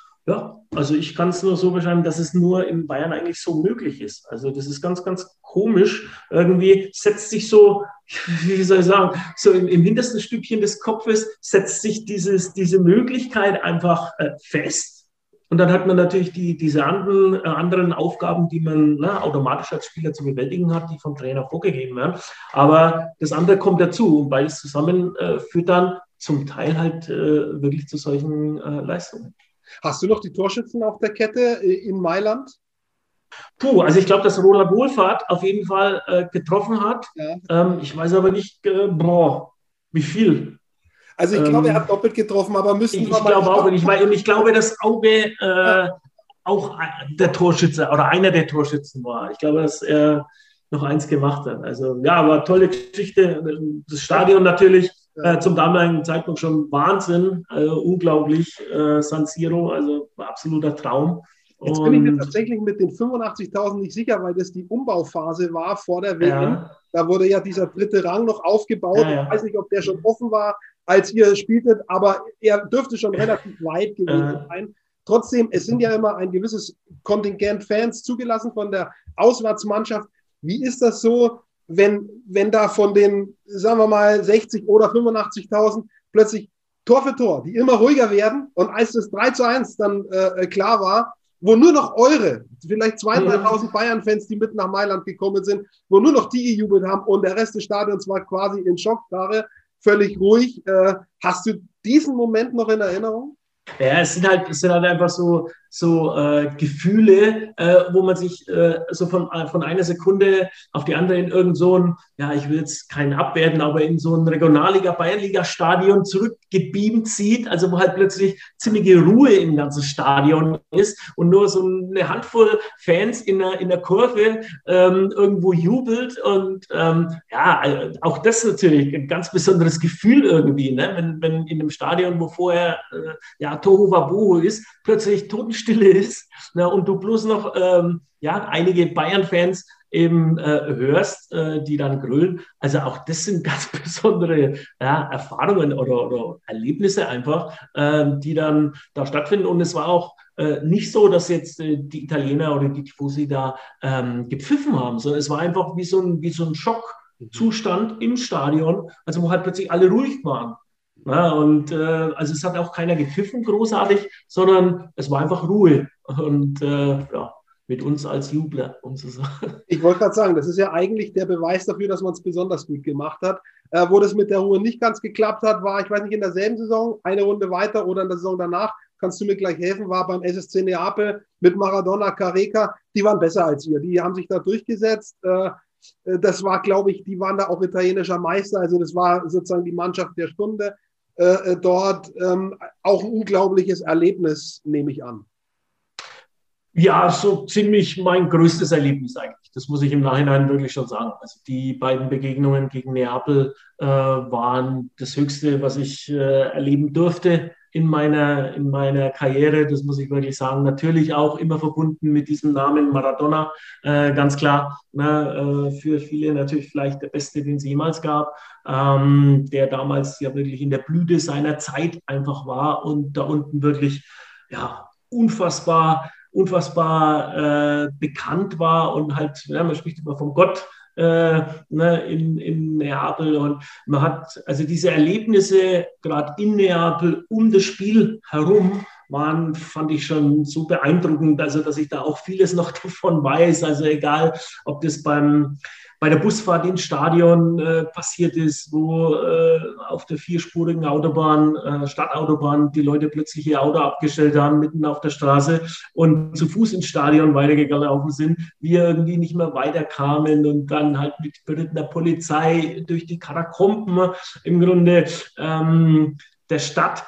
B: also ich kann es nur so beschreiben, dass es nur in Bayern eigentlich so möglich ist. Also das ist ganz, ganz komisch. Irgendwie setzt sich so, wie soll ich sagen, so im hintersten Stückchen des Kopfes setzt sich diese Möglichkeit einfach fest. Und dann hat man natürlich diese anderen Aufgaben, die man automatisch als Spieler zu bewältigen hat, die vom Trainer vorgegeben werden. Aber das andere kommt dazu und beides zusammen führt dann zum Teil halt wirklich zu solchen Leistungen.
A: Hast du noch die Torschützen auf der Kette in Mailand?
B: Also ich glaube, dass Roland Wohlfahrt auf jeden Fall getroffen hat. Ja. Ich weiß aber nicht, wie viel.
A: Also ich glaube, er hat doppelt getroffen, aber müssen wir mal...
B: Ich glaube auch. Und ich glaube, dass Auge auch der Torschütze oder einer der Torschützen war. Ich glaube, dass er noch eins gemacht hat. Also ja, aber tolle Geschichte. Das Stadion natürlich. Zum damaligen Zeitpunkt schon Wahnsinn, unglaublich, San Siro, also absoluter Traum.
A: Jetzt bin ich mir tatsächlich mit den 85.000 nicht sicher, weil das die Umbauphase war vor der WM. Ja. Da wurde ja dieser dritte Rang noch aufgebaut. Ja. Ich weiß nicht, ob der schon offen war, als ihr spieltet, aber er dürfte schon relativ weit gewesen sein. Trotzdem, es sind ja immer ein gewisses Kontingent Fans zugelassen von der Auswärtsmannschaft. Wie ist das so, wenn da von den, sagen wir mal, 60 oder 85.000 plötzlich Tor für Tor, die immer ruhiger werden und als das 3-1 dann klar war, wo nur noch vielleicht 2.000, 3.000 Bayern-Fans, die mit nach Mailand gekommen sind, wo nur noch die gejubelt haben und der Rest des Stadions war quasi in Schockstarre, völlig ruhig. Hast du diesen Moment noch in Erinnerung?
B: Ja, es sind halt einfach so Gefühle, wo man sich so von einer Sekunde auf die andere in irgend so ein, ja, ich will jetzt keinen abwerten, aber in so ein Regionalliga, Bayernliga-Stadion zurückgebeamt sieht, also wo halt plötzlich ziemliche Ruhe im ganzen Stadion ist und nur so eine Handvoll Fans in der Kurve irgendwo jubelt und ja, auch das natürlich ein ganz besonderes Gefühl irgendwie, ne? Wenn in einem Stadion, wo vorher ja, Tohu Wabohu ist, plötzlich Totenstille ist, ne? Und du bloß noch ja, einige Bayern-Fans eben hörst, die dann grölen. Also auch das sind ganz besondere ja, Erfahrungen oder Erlebnisse einfach, die dann da stattfinden. Und es war auch nicht so, dass jetzt die Italiener oder die Tifosi da gepfiffen haben, sondern es war einfach wie so ein Schockzustand im Stadion, also wo halt plötzlich alle ruhig waren. Ja, und also es hat auch keiner gepfiffen großartig, sondern es war einfach Ruhe. Und ja, mit uns als Jubler, um zu sagen.
A: Ich wollte gerade sagen, das ist ja eigentlich der Beweis dafür, dass man es besonders gut gemacht hat. Wo das mit der Ruhe nicht ganz geklappt hat, war, ich weiß nicht, in derselben Saison, eine Runde weiter oder in der Saison danach, kannst du mir gleich helfen, war beim SSC Neapel mit Maradona, Careca, die waren besser als ihr. Die haben sich da durchgesetzt. Das war, glaube ich, die waren da auch italienischer Meister. Also das war sozusagen die Mannschaft der Stunde dort. Auch ein unglaubliches Erlebnis, nehme ich an.
B: Ja, so ziemlich mein größtes Erlebnis eigentlich. Das muss ich im Nachhinein wirklich schon sagen. Also die beiden Begegnungen gegen Neapel waren das Höchste, was ich erleben durfte in meiner Karriere. Das muss ich wirklich sagen. Natürlich auch immer verbunden mit diesem Namen Maradona, ganz klar. Ne, für viele natürlich vielleicht der Beste, den es jemals gab, der damals ja wirklich in der Blüte seiner Zeit einfach war und da unten wirklich ja, unfassbar bekannt war und halt, ja, man spricht immer vom Gott ne, in Neapel und man hat also diese Erlebnisse gerade in Neapel um das Spiel herum waren, fand ich schon so beeindruckend, also dass ich da auch vieles noch davon weiß, also egal, ob das bei der Busfahrt ins Stadion passiert ist, wo auf der vierspurigen Autobahn, Stadtautobahn, die Leute plötzlich ihr Auto abgestellt haben, mitten auf der Straße und zu Fuß ins Stadion weitergelaufen sind, wir irgendwie nicht mehr weiterkamen und dann halt mit berittener Polizei durch die Katakomben im Grunde der Stadt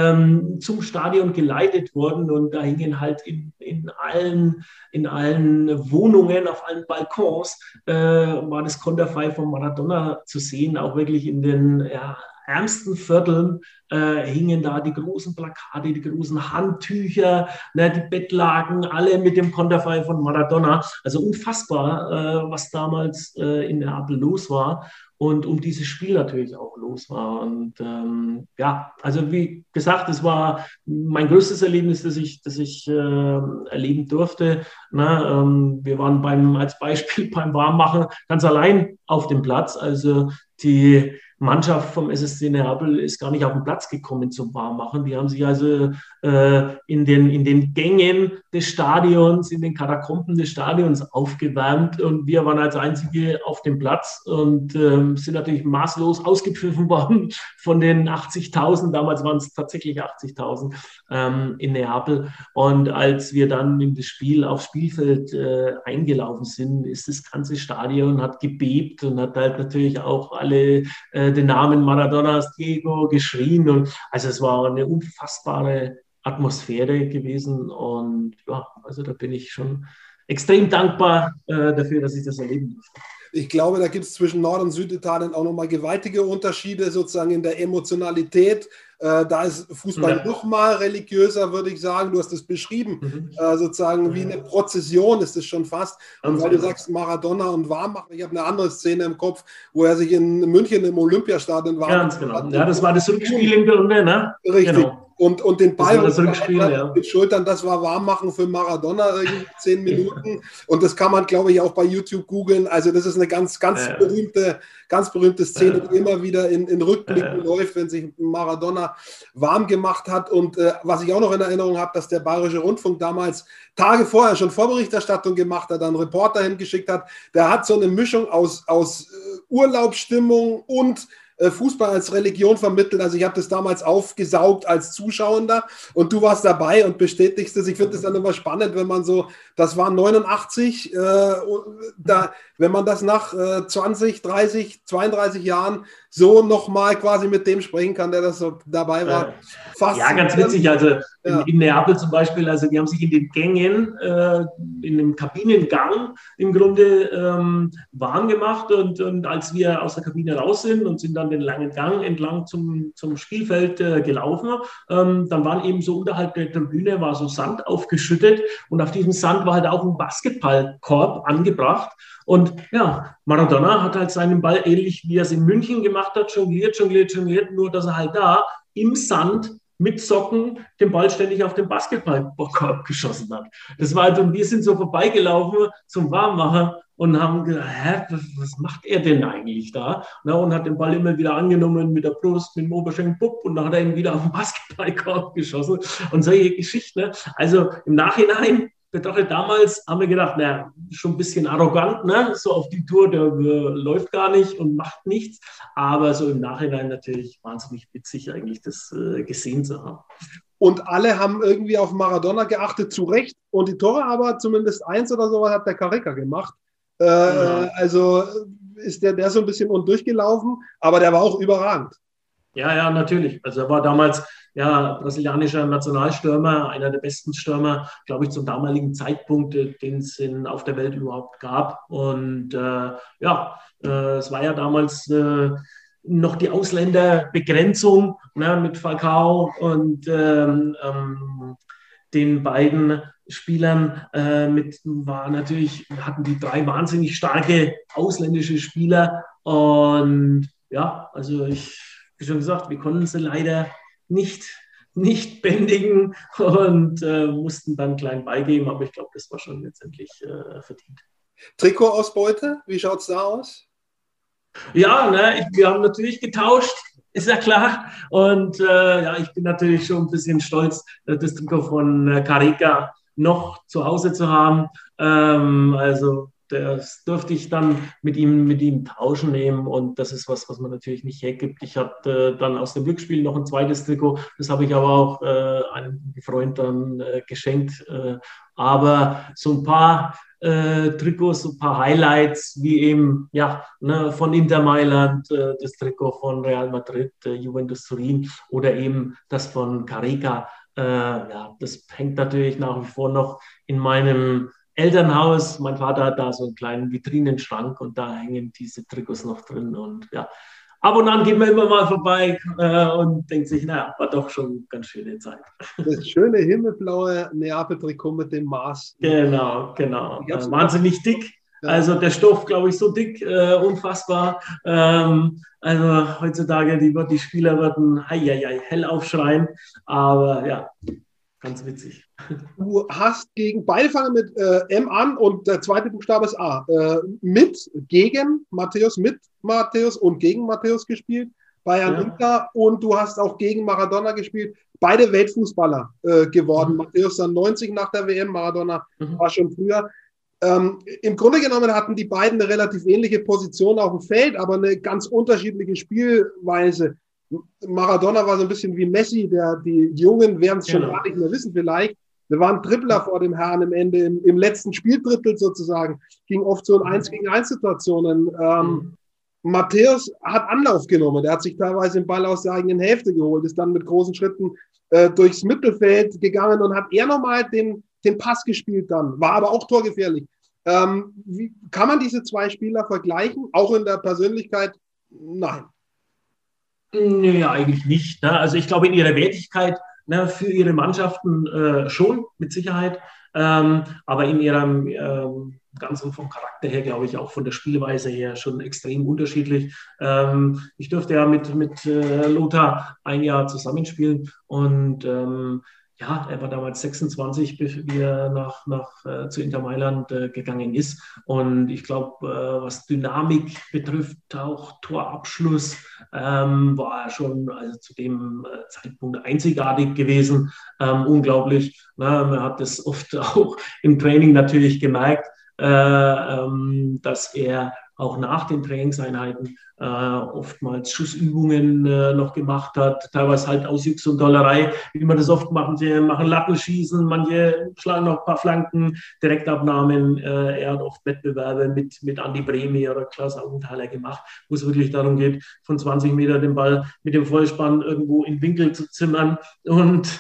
B: zum Stadion geleitet worden und da hingen halt in allen Wohnungen, auf allen Balkons, war das Konterfei von Maradona zu sehen, auch wirklich in den ja, ärmsten Vierteln hingen da die großen Plakate, die großen Handtücher, ne, die Bettlaken, alle mit dem Konterfei von Maradona. Also unfassbar, was damals in Neapel los war. Und um dieses Spiel natürlich auch los war. Und ja, also wie gesagt, es war mein größtes Erlebnis, das ich erleben durfte. Na, wir waren als Beispiel beim Warmmachen ganz allein auf dem Platz. Also die Mannschaft vom SSC Neapel ist gar nicht auf den Platz gekommen zum Warmmachen. Die haben sich also in den Gängen des Stadions, in den Katakomben des Stadions aufgewärmt und wir waren als Einzige auf dem Platz und sind natürlich maßlos ausgepfiffen worden von den 80.000. Damals waren es tatsächlich 80.000 in Neapel. Und als wir dann in das Spiel aufs Spielfeld eingelaufen sind, ist das ganze Stadion hat gebebt und hat halt natürlich auch alle den Namen Maradonas Diego geschrien. Und also es war eine unfassbare Atmosphäre gewesen. Und ja, also da bin ich schon extrem dankbar dafür, dass ich das erleben durfte.
A: Ich glaube, da gibt es zwischen Nord- und Süditalien auch nochmal gewaltige Unterschiede, sozusagen in der Emotionalität. Da ist Fußball noch mal religiöser, würde ich sagen. Du hast es beschrieben, sozusagen wie eine Prozession ist es schon fast. Und weil du sagst Maradona und Warmmachen, ich habe eine andere Szene im Kopf, wo er sich in München im Olympiastadion war.
B: Ganz genau. Ja, das war das Rückspiel im Grunde, ne?
A: Richtig. Genau. Und den Ball
B: mit
A: Schultern, das war Warmmachen für Maradona, 10 Minuten. Und das kann man, glaube ich, auch bei YouTube googeln. Also das ist eine ganz berühmte Szene, die immer wieder in Rückblicken läuft, wenn sich Maradona warm gemacht hat. Und was ich auch noch in Erinnerung habe, dass der Bayerische Rundfunk damals Tage vorher schon Vorberichterstattung gemacht hat, einen Reporter hingeschickt hat. Der hat so eine Mischung aus Urlaubsstimmung und Fußball als Religion vermittelt. Also ich habe das damals aufgesaugt als Zuschauender und du warst dabei und bestätigst es. Ich finde es dann immer spannend, wenn man so, das war 89, wenn man das nach 20, 30, 32 Jahren so nochmal quasi mit dem sprechen kann, der das so dabei war.
B: Ja, ganz witzig. Also in Neapel zum Beispiel, also die haben sich in den Gängen, in dem Kabinengang im Grunde warm gemacht und als wir aus der Kabine raus sind und sind dann den langen Gang entlang zum Spielfeld gelaufen, dann waren eben so unterhalb der Tribüne war so Sand aufgeschüttet und auf diesem Sand war halt auch ein Basketballkorb angebracht. Und ja, Maradona hat halt seinen Ball ähnlich wie er es in München gemacht hat, jongliert, nur dass er halt da im Sand mit Socken den Ball ständig auf den Basketballkorb geschossen hat. Das war halt, und wir sind so vorbeigelaufen zum Warmmachen und haben gedacht, was macht er denn eigentlich da? Und hat den Ball immer wieder angenommen mit der Brust, mit dem Oberschenkel, bupp, und dann hat er ihn wieder auf den Basketballkorb geschossen und solche Geschichten. Also im Nachhinein betrachtet, damals haben wir gedacht, schon ein bisschen arrogant, ne? So auf die Tour, der läuft gar nicht und macht nichts. Aber so im Nachhinein natürlich wahnsinnig witzig, eigentlich das gesehen zu haben.
A: Und alle haben irgendwie auf Maradona geachtet, zu Recht. Und die Tore aber, zumindest eins oder sowas, hat der Carrica gemacht. Also ist der so ein bisschen undurchgelaufen, aber der war auch überragend.
B: Ja, natürlich. Also er war damals brasilianischer Nationalstürmer, einer der besten Stürmer, glaube ich, zum damaligen Zeitpunkt, den es auf der Welt überhaupt gab. Und es war ja damals noch die Ausländerbegrenzung, ne, mit Falcao und den beiden Spielern hatten die 3 wahnsinnig starke ausländische Spieler. Und ja, also wie schon gesagt, wir konnten sie leider nicht bändigen und mussten dann klein beigeben, aber ich glaube, das war schon letztendlich verdient.
A: Trikotausbeute, wie schaut es da aus?
B: Ja, wir haben natürlich getauscht, ist ja klar. Und ich bin natürlich schon ein bisschen stolz, das Trikot von Carrica noch zu Hause zu haben. Das durfte ich dann mit ihm tauschen nehmen und das ist was man natürlich nicht hergibt. Ich hatte dann aus dem Rückspiel noch ein zweites Trikot, das habe ich aber auch einem Freund dann geschenkt. Aber so ein paar Trikots, so ein paar Highlights, wie eben von Inter Mailand, das Trikot von Real Madrid, Juventus Turin oder eben das von Carrica. Das hängt natürlich nach wie vor noch in meinem Elternhaus. Mein Vater hat da so einen kleinen Vitrinenschrank und da hängen diese Trikots noch drin. Und ja, ab und an geht man immer mal vorbei und denkt sich, war doch schon eine ganz schöne Zeit.
A: Das schöne himmelblaue Neapel-Trikot mit dem Maß.
B: Genau. Wahnsinnig dick. Ja. Also der Stoff, glaube ich, so dick, unfassbar. Also heutzutage, die Spieler würden hell aufschreien. Aber ja, ganz witzig.
A: Du hast beide fangen mit M an und der zweite Buchstabe ist A. Gegen Matthäus und gegen Matthäus gespielt, Bayern Inter, und du hast auch gegen Maradona gespielt. Beide Weltfußballer geworden. Matthäus dann 90 nach der WM, Maradona war schon früher. Im Grunde genommen hatten die beiden eine relativ ähnliche Position auf dem Feld, aber eine ganz unterschiedliche Spielweise. Maradona war so ein bisschen wie Messi, die Jungen werden es schon gar nicht mehr wissen vielleicht. Wir waren Dribbler vor dem Herrn im Ende, im letzten Spieldrittel sozusagen. Ging oft so in 1-gegen-1-Situationen. Matthäus hat Anlauf genommen. Der hat sich teilweise den Ball aus der eigenen Hälfte geholt, ist dann mit großen Schritten durchs Mittelfeld gegangen und hat eher nochmal den Pass gespielt dann. War aber auch torgefährlich. Wie kann man diese zwei Spieler vergleichen? Auch in der Persönlichkeit? Nein.
B: Ja, eigentlich nicht. Ne? Also ich glaube, in ihrer Wertigkeit für ihre Mannschaften schon, mit Sicherheit. Aber in ihrem Ganzen vom Charakter her, glaube ich, auch von der Spielweise her schon extrem unterschiedlich. Ich durfte ja mit Lothar ein Jahr zusammenspielen und er war damals 26, wie er zu Inter Mailand gegangen ist. Und ich glaube, was Dynamik betrifft, auch Torabschluss, war er schon zu dem Zeitpunkt einzigartig gewesen. Unglaublich. Man hat das oft auch im Training natürlich gemerkt, dass er auch nach den Trainingseinheiten oftmals Schussübungen noch gemacht hat, teilweise halt aus Jux und Dollerei, wie man das oft macht. Sie machen Lattenschießen, manche schlagen noch ein paar Flanken, Direktabnahmen. Er hat oft Wettbewerbe mit Andi Brehme oder Klaus Augenthaler gemacht, wo es wirklich darum geht, von 20 Meter den Ball mit dem Vollspann irgendwo in Winkel zu zimmern. Und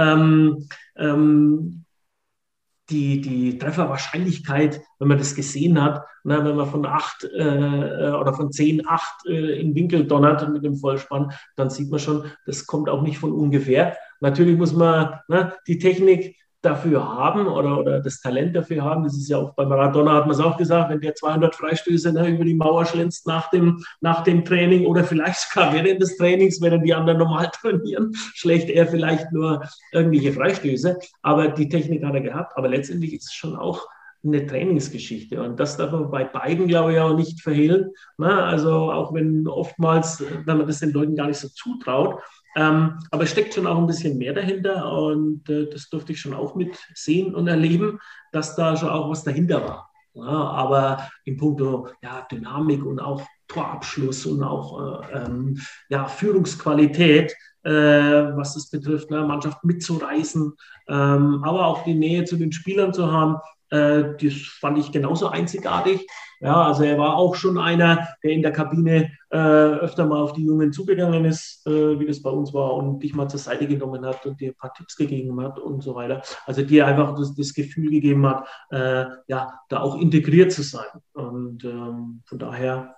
B: die Trefferwahrscheinlichkeit, wenn man das gesehen hat, wenn man von 8 oder von 10, 8 in Winkel donnert mit dem Vollspann, dann sieht man schon, das kommt auch nicht von ungefähr. Natürlich muss man die Technik dafür haben oder das Talent dafür haben. Das ist ja auch bei Maradona, hat man es auch gesagt, wenn der 200 Freistöße über die Mauer schlänzt nach dem Training oder vielleicht sogar während des Trainings, wenn die anderen normal trainieren, schlägt er vielleicht nur irgendwelche Freistöße. Aber die Technik hat er gehabt. Aber letztendlich ist es schon auch eine Trainingsgeschichte. Und das darf man bei beiden, glaube ich, auch nicht verhehlen. Also auch wenn oftmals, wenn man das den Leuten gar nicht so zutraut, aber es steckt schon auch ein bisschen mehr dahinter und das durfte ich schon auch mit sehen und erleben, dass da schon auch was dahinter war. Ja, aber in puncto Dynamik und auch Torabschluss und auch Führungsqualität, was das betrifft, Mannschaft mitzureißen, aber auch die Nähe zu den Spielern zu haben, das fand ich genauso einzigartig. Ja, also er war auch schon einer, der in der Kabine öfter mal auf die Jungen zugegangen ist, wie das bei uns war, und dich mal zur Seite genommen hat und dir ein paar Tipps gegeben hat und so weiter. Also dir einfach das Gefühl gegeben hat, da auch integriert zu sein. Und von daher,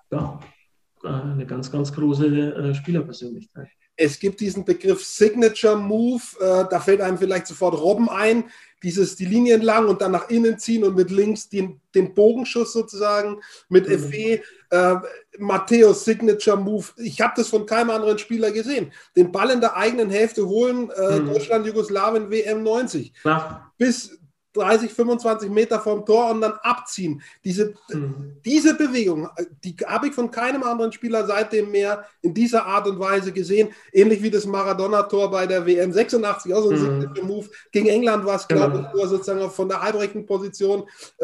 B: eine ganz, ganz große Spielerpersönlichkeit.
A: Es gibt diesen Begriff Signature Move, da fällt einem vielleicht sofort Robben ein, die Linien lang und dann nach innen ziehen und mit links den Bogenschuss sozusagen, mit Effet, Matthäus Signature Move. Ich habe das von keinem anderen Spieler gesehen. Den Ball in der eigenen Hälfte holen, Deutschland, Jugoslawien, WM 90.
B: Klar.
A: Bis 30, 25 Meter vom Tor und dann abziehen. Diese Bewegung, die habe ich von keinem anderen Spieler seitdem mehr in dieser Art und Weise gesehen. Ähnlich wie das Maradona-Tor bei der WM 86, auch so ein Signature Move. Gegen England war es, glaube ich, wo er sozusagen von der halbrechten Position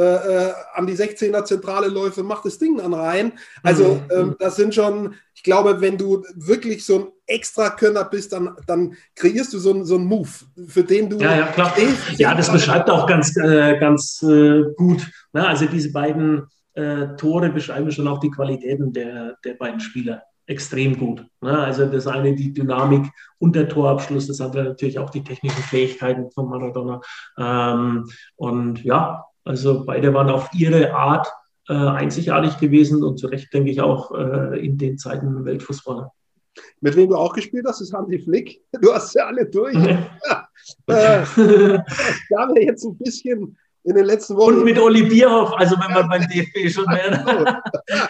A: an die 16er Zentrale läuft, macht das Ding dann rein. Also das sind schon, ich glaube, wenn du wirklich so ein Extra-Könner bist, dann kreierst du so einen Move, für den du...
B: Ja, klar.
A: Stehst.
B: Ja, das beschreibt auch ganz gut. Also diese beiden Tore beschreiben schon auch die Qualitäten der beiden Spieler extrem gut. Also das eine die Dynamik und der Torabschluss, das andere natürlich auch die technischen Fähigkeiten von Maradona. Und ja, also beide waren auf ihre Art einzigartig gewesen und zu Recht, denke ich, auch in den Zeiten Weltfußballer.
A: Mit wem du auch gespielt hast, ist Hansi Flick. Du hast ja alle durch. Es gab ja jetzt ein bisschen in den letzten Wochen...
B: Und mit Oli Bierhoff, also wenn man beim DFB schon wäre.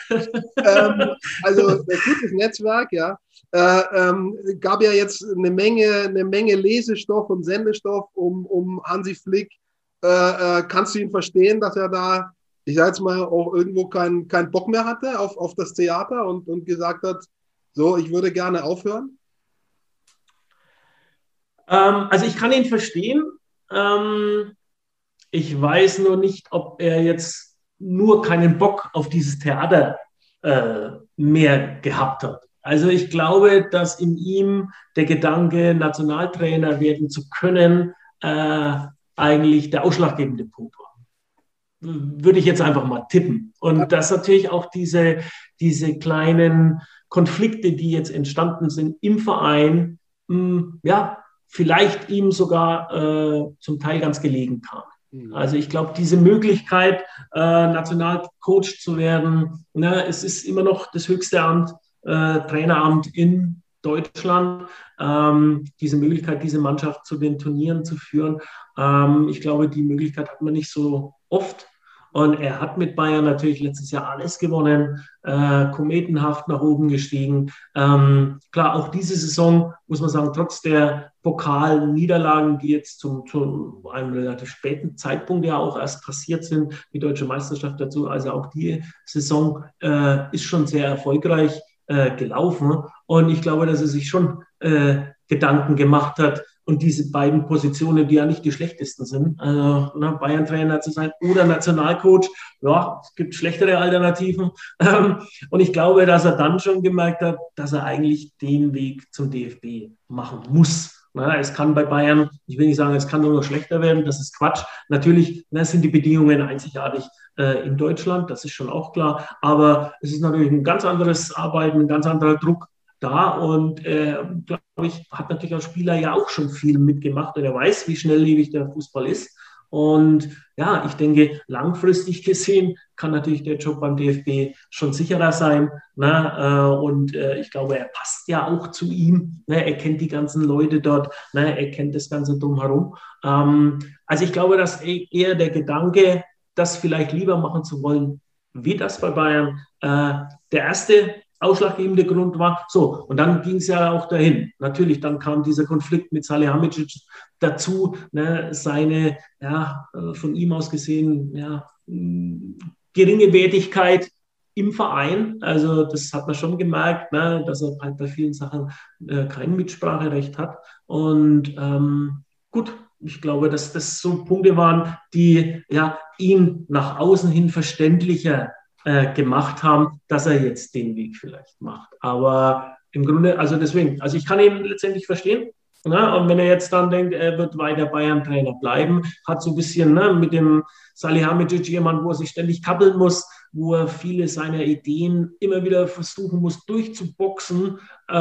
A: Also ein gutes Netzwerk, ja. Gab ja jetzt eine Menge Lesestoff und Sendestoff um Hansi Flick. Kannst du ihn verstehen, dass er da, ich sage jetzt mal, auch irgendwo keinen Bock mehr hatte auf das Theater und gesagt hat, so, ich würde gerne aufhören?
B: Also ich kann ihn verstehen. Ich weiß nur nicht, ob er jetzt nur keinen Bock auf dieses Theater mehr gehabt hat. Also ich glaube, dass in ihm der Gedanke, Nationaltrainer werden zu können, eigentlich der ausschlaggebende Punkt war. Würde ich jetzt einfach mal tippen. Und dass natürlich auch diese kleinen Konflikte, die jetzt entstanden sind im Verein, vielleicht ihm sogar zum Teil ganz gelegen kam. Also ich glaube, diese Möglichkeit, Nationalcoach zu werden, es ist immer noch das höchste Amt, Traineramt in Deutschland, diese Möglichkeit, diese Mannschaft zu den Turnieren zu führen. Ich glaube, die Möglichkeit hat man nicht so oft. Und er hat mit Bayern natürlich letztes Jahr alles gewonnen, kometenhaft nach oben gestiegen. Klar, auch diese Saison, muss man sagen, trotz der Pokalniederlagen, die jetzt zu einem relativ späten Zeitpunkt ja auch erst passiert sind, die Deutsche Meisterschaft dazu, also auch die Saison ist schon sehr erfolgreich gelaufen. Und ich glaube, dass er sich schon Gedanken gemacht hat. Und diese beiden Positionen, die ja nicht die schlechtesten sind, also Bayern-Trainer zu sein oder Nationalcoach, ja, es gibt schlechtere Alternativen. Und ich glaube, dass er dann schon gemerkt hat, dass er eigentlich den Weg zum DFB machen muss. Es kann bei Bayern, ich will nicht sagen, es kann nur noch schlechter werden, das ist Quatsch. Natürlich sind die Bedingungen einzigartig in Deutschland, das ist schon auch klar. Aber es ist natürlich ein ganz anderes Arbeiten, ein ganz anderer Druck da und glaube ich, hat natürlich als Spieler ja auch schon viel mitgemacht und er weiß, wie schnelllebig der Fußball ist. Und ja, ich denke, langfristig gesehen kann natürlich der Job beim DFB schon sicherer sein. Ne? Und ich glaube, er passt ja auch zu ihm. Ne? Er kennt die ganzen Leute dort. Ne? Er kennt das Ganze drumherum. Also ich glaube, dass eher der Gedanke, das vielleicht lieber machen zu wollen, wie das bei Bayern, der erste ausschlaggebende Grund war. So, und dann ging es ja auch dahin. Natürlich, dann kam dieser Konflikt mit Salihamidzic dazu, ne, seine, ja, von ihm aus gesehen, ja, geringe Wertigkeit im Verein. Also das hat man schon gemerkt, ne, dass er halt bei vielen Sachen kein Mitspracherecht hat. Und gut, ich glaube, dass das so Punkte waren, die ja, ihn nach außen hin verständlicher gemacht haben, dass er jetzt den Weg vielleicht macht. Aber im Grunde, also deswegen, also ich kann ihn letztendlich verstehen. Ne? Und wenn er jetzt dann denkt, er wird weiter Bayern-Trainer bleiben, hat so ein bisschen mit dem Salihamidzic jemand, wo er sich ständig kappeln muss, wo er viele seiner Ideen immer wieder versuchen muss durchzuboxen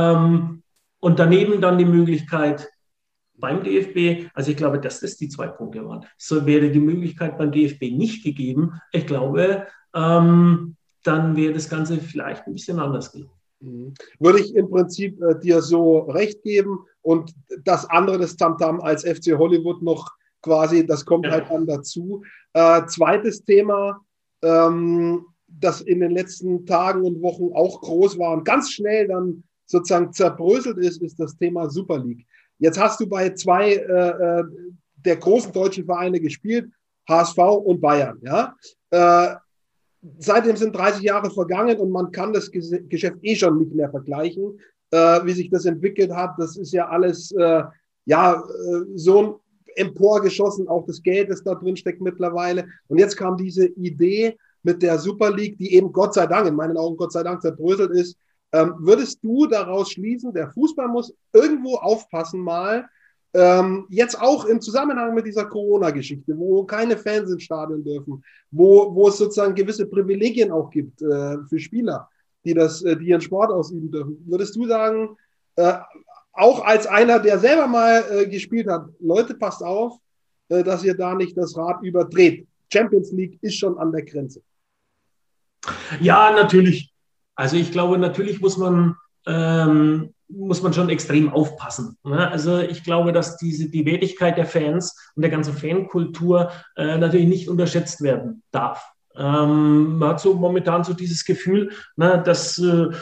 B: und daneben dann die Möglichkeit beim DFB, also ich glaube, dass das die 2 Punkte waren. So wäre die Möglichkeit beim DFB nicht gegeben. Ich glaube, dann wäre das Ganze vielleicht ein bisschen anders gelaufen.
A: Würde ich im Prinzip dir so recht geben und das andere, das Tamtam als FC Hollywood noch quasi, das kommt halt dann dazu. Zweites Thema, das in den letzten Tagen und Wochen auch groß war und ganz schnell dann sozusagen zerbröselt ist das Thema Super League. Jetzt hast du bei 2 der großen deutschen Vereine gespielt, HSV und Bayern. Ja? Seitdem sind 30 Jahre vergangen und man kann das Geschäft schon nicht mehr vergleichen, wie sich das entwickelt hat. Das ist ja alles so emporgeschossen, auch das Geld, das da drin steckt mittlerweile. Und jetzt kam diese Idee mit der Super League, die eben Gott sei Dank, in meinen Augen Gott sei Dank zerbröselt ist. Würdest du daraus schließen, der Fußball muss irgendwo aufpassen mal, jetzt auch im Zusammenhang mit dieser Corona-Geschichte, wo keine Fans ins Stadion dürfen, wo es sozusagen gewisse Privilegien auch gibt für Spieler, die ihren Sport ausüben dürfen. Würdest du sagen, auch als einer, der selber mal gespielt hat, Leute, passt auf, dass ihr da nicht das Rad überdreht. Champions League ist schon an der Grenze.
B: Ja, natürlich. Also ich glaube, natürlich muss man schon extrem aufpassen. Ne? Also ich glaube, dass die Wertigkeit der Fans und der ganzen Fankultur natürlich nicht unterschätzt werden darf. Man hat so momentan so dieses Gefühl, ne, dass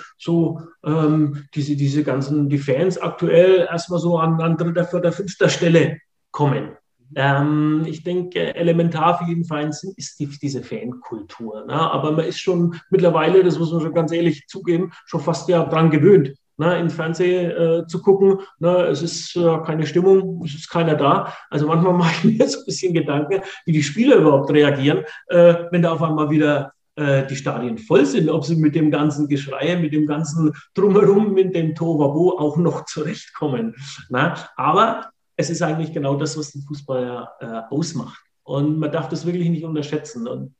B: die Fans aktuell erstmal so an 3., 4., 5. Stelle kommen. Ich denke, elementar für jeden Verein ist diese Fankultur. Ne? Aber man ist schon mittlerweile, das muss man schon ganz ehrlich zugeben, schon fast ja dran gewöhnt, ne? Im Fernsehen zu gucken. Ne? Es ist keine Stimmung, es ist keiner da. Also manchmal mache ich mir so ein bisschen Gedanken, wie die Spieler überhaupt reagieren, wenn da auf einmal wieder die Stadien voll sind, ob sie mit dem ganzen Geschrei, mit dem ganzen Drumherum, mit dem Tohuwabohu auch noch zurechtkommen. Ne? Aber es ist eigentlich genau das, was den Fußball ausmacht. Und man darf das wirklich nicht unterschätzen. Und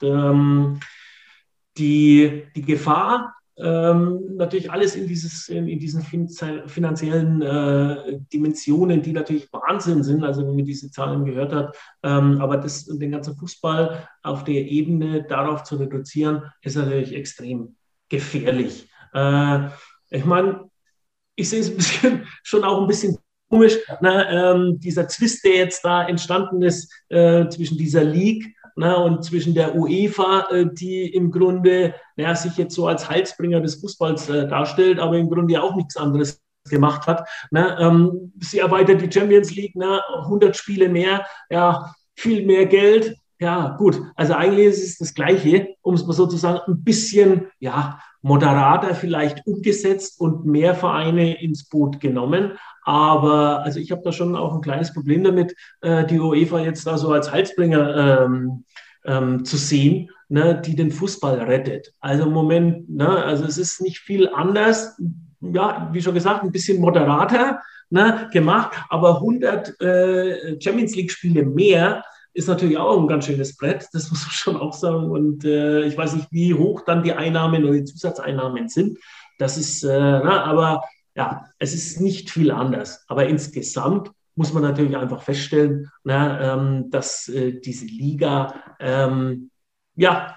B: die Gefahr, natürlich alles in diesen finanziellen Dimensionen, die natürlich Wahnsinn sind, also wenn man diese Zahlen gehört hat, aber den ganzen Fußball auf der Ebene darauf zu reduzieren, ist natürlich extrem gefährlich. Ich meine, ich sehe es schon auch ein bisschen komisch, ne, dieser Zwist, der jetzt da entstanden ist zwischen dieser League, ne, und zwischen der UEFA, die im Grunde sich jetzt so als Heilsbringer des Fußballs darstellt, aber im Grunde ja auch nichts anderes gemacht hat. Ne. Sie erweitert die Champions League, ne, 100 Spiele mehr, ja, viel mehr Geld. Ja, gut, also eigentlich ist es das Gleiche, um es mal sozusagen ein bisschen moderater vielleicht umgesetzt und mehr Vereine ins Boot genommen. Aber also ich habe da schon auch ein kleines Problem damit, die UEFA jetzt da so als Heilsbringer zu sehen, ne, die den Fußball rettet. Also im Moment, ne, also es ist nicht viel anders, ja, wie schon gesagt, ein bisschen moderater, ne, gemacht, aber 100 Champions League-Spiele mehr ist natürlich auch ein ganz schönes Brett, das muss man schon auch sagen. Und ich weiß nicht, wie hoch dann die Einnahmen oder die Zusatzeinnahmen sind. Das ist, aber ja, es ist nicht viel anders. Aber insgesamt muss man natürlich einfach feststellen, dass diese Liga ja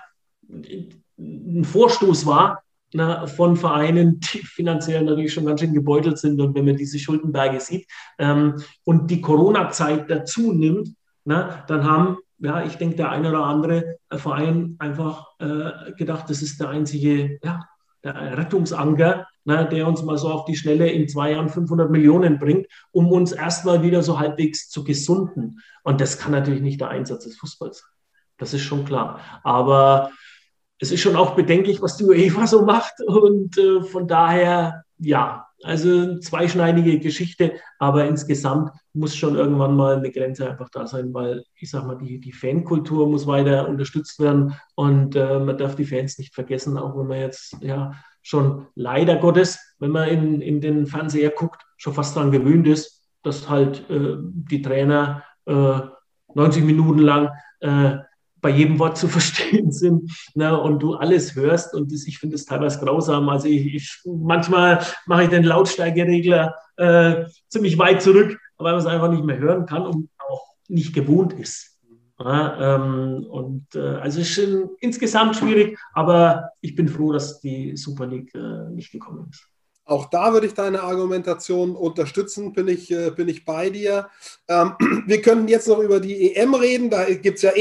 B: ein Vorstoß war von Vereinen, die finanziell natürlich schon ganz schön gebeutelt sind. Und wenn man diese Schuldenberge sieht und die Corona-Zeit dazu nimmt, dann haben, ja, ich denke, der eine oder andere Verein einfach gedacht, das ist der einzige, ja, der Rettungsanker, der uns mal so auf die Schnelle in 2 Jahren 500 Millionen bringt, um uns erstmal wieder so halbwegs zu gesunden. Und das kann natürlich nicht der Einsatz des Fußballs sein. Das ist schon klar. Aber es ist schon auch bedenklich, was die UEFA so macht. Und von daher, ja, also eine zweischneidige Geschichte. Aber insgesamt muss schon irgendwann mal eine Grenze einfach da sein, weil ich sage mal, die Fankultur muss weiter unterstützt werden. Und man darf die Fans nicht vergessen, auch wenn man jetzt ja schon leider Gottes, wenn man in den Fernseher guckt, schon fast daran gewöhnt ist, dass halt die Trainer 90 Minuten lang bei jedem Wort zu verstehen sind, ne, und du alles hörst. Und ich finde es teilweise grausam. Also manchmal mache ich den Lautstärkeregler ziemlich weit zurück, weil man es einfach nicht mehr hören kann und auch nicht gewohnt ist. Ja, also es ist insgesamt schwierig, aber ich bin froh, dass die Super League nicht gekommen ist.
A: Auch da würde ich deine Argumentation unterstützen, bin ich bei dir. Wir können jetzt noch über die EM reden, da gibt es ja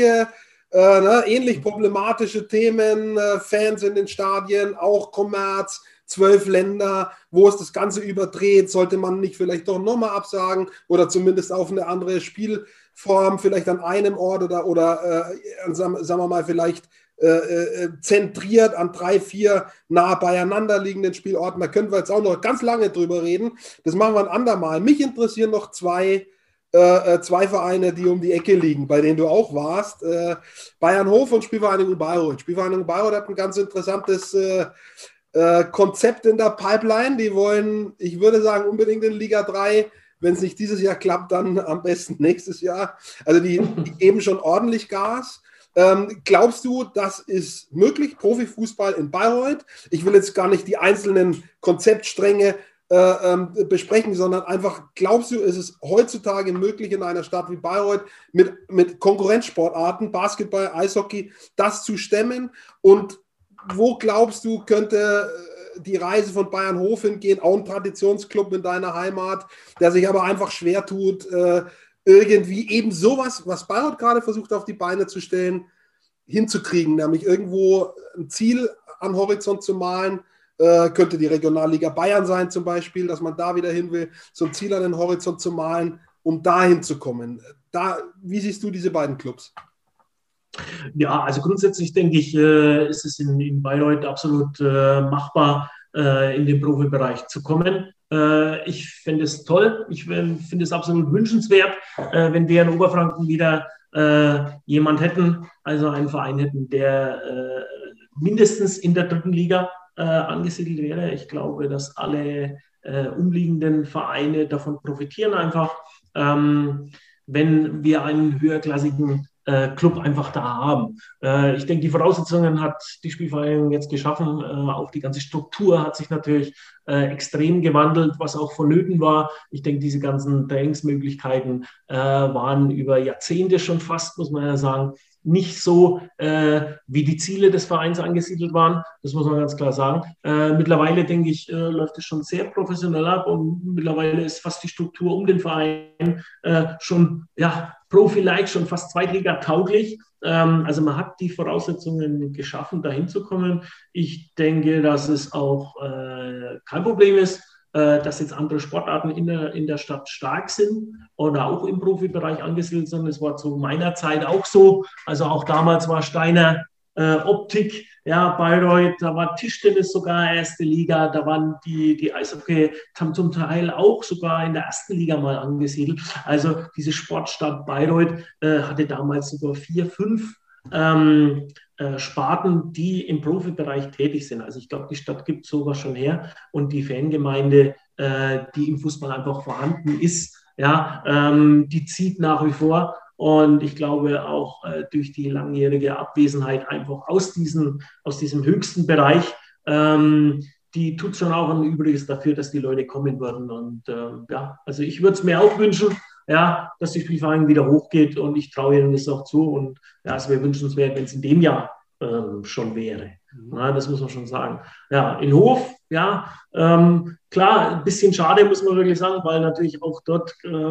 A: ähnlich problematische Themen, Fans in den Stadien, auch Kommerz, 12 Länder, wo es das Ganze überdreht, sollte man nicht vielleicht doch nochmal absagen oder zumindest auf eine andere Spielform, vielleicht an einem Ort oder sagen wir mal, vielleicht zentriert an 3, 4 nah beieinander liegenden Spielorten. Da können wir jetzt auch noch ganz lange drüber reden. Das machen wir ein andermal. Mich interessieren noch zwei Vereine, die um die Ecke liegen, bei denen du auch warst. Bayernhof und Spielvereinigung Bayreuth. Spielvereinigung Bayreuth hat ein ganz interessantes Konzept in der Pipeline. Die wollen, ich würde sagen, unbedingt in Liga 3. Wenn es nicht dieses Jahr klappt, dann am besten nächstes Jahr. Also die geben schon ordentlich Gas. Glaubst du, das ist möglich, Profifußball in Bayreuth? Ich will jetzt gar nicht die einzelnen Konzeptstränge besprechen, sondern einfach, glaubst du, ist es heutzutage möglich, in einer Stadt wie Bayreuth mit Konkurrenzsportarten, Basketball, Eishockey, das zu stemmen? Und wo glaubst du, könnte die Reise von Bayernhof hingehen, auch ein Traditionsclub in deiner Heimat, der sich aber einfach schwer tut, irgendwie eben sowas, was Bayreuth gerade versucht auf die Beine zu stellen, hinzukriegen, nämlich irgendwo ein Ziel am Horizont zu malen, könnte die Regionalliga Bayern sein zum Beispiel, dass man da wieder hin will, so ein Ziel an den Horizont zu malen, um dahin zu kommen. Wie siehst du diese beiden Clubs?
B: Ja, also grundsätzlich denke ich, ist es in Bayreuth absolut machbar, in den Profibereich zu kommen. Ich finde es toll, ich finde es absolut wünschenswert, wenn wir in Oberfranken wieder jemand hätten, also einen Verein hätten, der mindestens in der 3. Liga angesiedelt wäre. Ich glaube, dass alle umliegenden Vereine davon profitieren einfach, wenn wir einen höherklassigen Club einfach da haben. Ich denke, die Voraussetzungen hat die Spielvereinigung jetzt geschaffen. Auch die ganze Struktur hat sich natürlich extrem gewandelt, was auch vonnöten war. Ich denke, diese ganzen Trainingsmöglichkeiten waren über Jahrzehnte schon fast, muss man ja sagen, nicht so, wie die Ziele des Vereins angesiedelt waren. Das muss man ganz klar sagen. Mittlerweile, denke ich, läuft es schon sehr professionell ab und mittlerweile ist fast die Struktur um den Verein schon, ja, Profi-like, schon fast Zweitliga-tauglich. Also man hat die Voraussetzungen geschaffen, dahin zu kommen. Ich denke, dass es auch kein Problem ist, dass jetzt andere Sportarten in der Stadt stark sind oder auch im Profibereich angesiedelt sind. Das war zu meiner Zeit auch so. Also auch damals war Steiner Optik, ja, Bayreuth, da war Tischtennis sogar erste Liga, da waren die Eishockey zum Teil auch sogar in der ersten Liga mal angesiedelt. Also diese Sportstadt Bayreuth hatte damals sogar 4, 5 Sparten, die im Profibereich tätig sind. Also ich glaube, die Stadt gibt sowas schon her und die Fangemeinde, die im Fußball einfach vorhanden ist, ja, die zieht nach wie vor. Und ich glaube auch durch die langjährige Abwesenheit einfach aus diesem höchsten Bereich, die tut schon auch ein Übriges dafür, dass die Leute kommen würden. Und ja, also ich würde es mir auch wünschen, ja, dass die Spielvereinigung wieder hochgeht und ich traue ihnen das auch zu. Und ja, es wäre wünschenswert, wenn es in dem Jahr schon wäre. Ja, das muss man schon sagen. Ja, in Hof, ja, klar, ein bisschen schade, muss man wirklich sagen, weil natürlich auch dort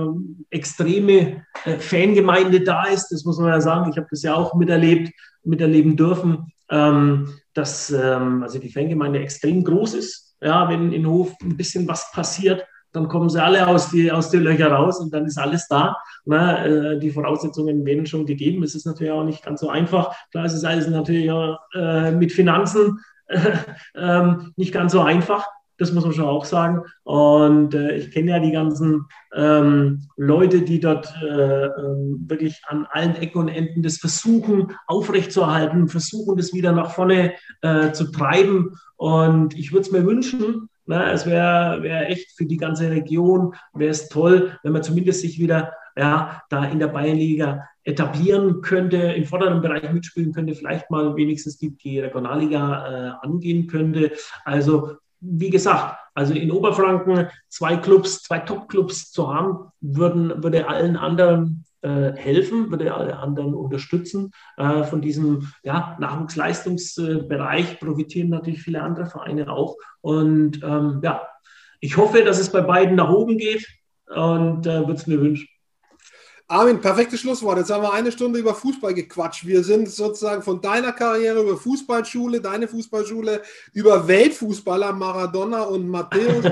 B: extreme Fangemeinde da ist. Das muss man ja sagen. Ich habe das ja auch miterleben dürfen, dass also die Fangemeinde extrem groß ist. Ja, wenn in Hof ein bisschen was passiert, dann kommen sie alle aus den Löchern raus und dann ist alles da. Na, die Voraussetzungen werden schon gegeben. Es ist natürlich auch nicht ganz so einfach. Klar, es ist alles natürlich auch, mit Finanzen nicht ganz so einfach. Das muss man schon auch sagen. Und ich kenne ja die ganzen Leute, die dort wirklich an allen Ecken und Enden das versuchen aufrechtzuerhalten, versuchen das wieder nach vorne zu treiben. Und ich würde es mir wünschen, na, es wäre echt für die ganze Region, wäre es toll, wenn man zumindest sich wieder ja, da in der Bayernliga etablieren könnte, im vorderen Bereich mitspielen könnte, vielleicht mal wenigstens die Regionalliga angehen könnte. Also wie gesagt, also in Oberfranken 2 Top-Clubs zu haben, würde allen anderen helfen, würde alle anderen unterstützen. Von diesem ja, Nachwuchsleistungsbereich profitieren natürlich viele andere Vereine auch. Und ja, ich hoffe, dass es bei beiden nach oben geht und würde es mir wünschen.
A: Armin, perfektes Schlusswort. Jetzt haben wir eine Stunde über Fußball gequatscht. Wir sind sozusagen von deiner Karriere über Fußballschule, deine Fußballschule, über Weltfußballer Maradona und Matthäus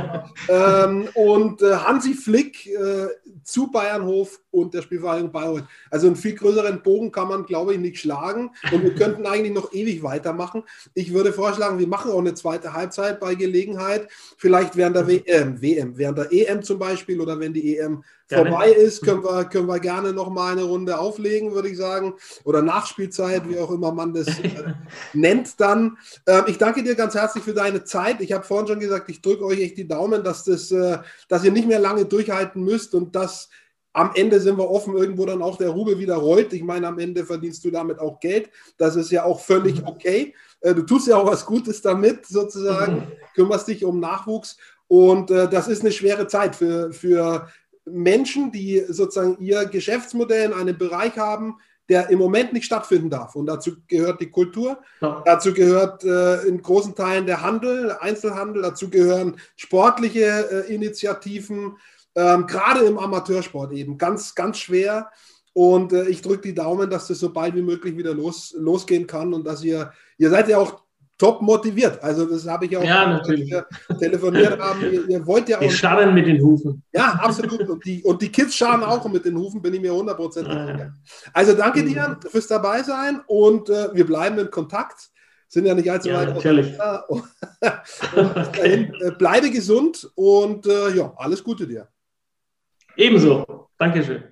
A: und Hansi Flick zu Bayernhof und der Spielvereinigung Bayreuth. Also einen viel größeren Bogen kann man, glaube ich, nicht schlagen. Und wir könnten eigentlich noch ewig weitermachen. Ich würde vorschlagen, wir machen auch eine zweite Halbzeit bei Gelegenheit. Vielleicht während der während der EM zum Beispiel oder wenn die EM vorbei ist, können wir gerne noch mal eine Runde auflegen, würde ich sagen. Oder Nachspielzeit, wie auch immer man das nennt dann. Ich danke dir ganz herzlich für deine Zeit. Ich habe vorhin schon gesagt, ich drücke euch echt die Daumen, dass ihr nicht mehr lange durchhalten müsst und dass am Ende sind wir offen, irgendwo dann auch der Rubel wieder rollt. Ich meine, am Ende verdienst du damit auch Geld. Das ist ja auch völlig okay. Du tust ja auch was Gutes damit, sozusagen. Kümmerst dich um Nachwuchs. Und das ist eine schwere Zeit für Menschen, die sozusagen ihr Geschäftsmodell in einem Bereich haben, der im Moment nicht stattfinden darf. Und dazu gehört die Kultur, dazu gehört in großen Teilen der Handel, Einzelhandel, dazu gehören sportliche Initiativen, gerade im Amateursport eben, ganz, ganz schwer. Und ich drücke die Daumen, dass das so bald wie möglich wieder losgehen kann und dass ihr seid ja auch top motiviert. Also das habe ich auch,
B: als
A: wir telefoniert haben. Ihr wollt ja auch.
B: Die scharren mit den Hufen.
A: Ja, absolut. Und die Kids scharren auch mit den Hufen, bin ich mir 100% sicher. Also danke dir fürs dabei sein und wir bleiben in Kontakt. Sind ja nicht allzu weit auseinander. Und bis dahin, bleibe gesund und ja, alles Gute dir.
B: Ebenso. Dankeschön.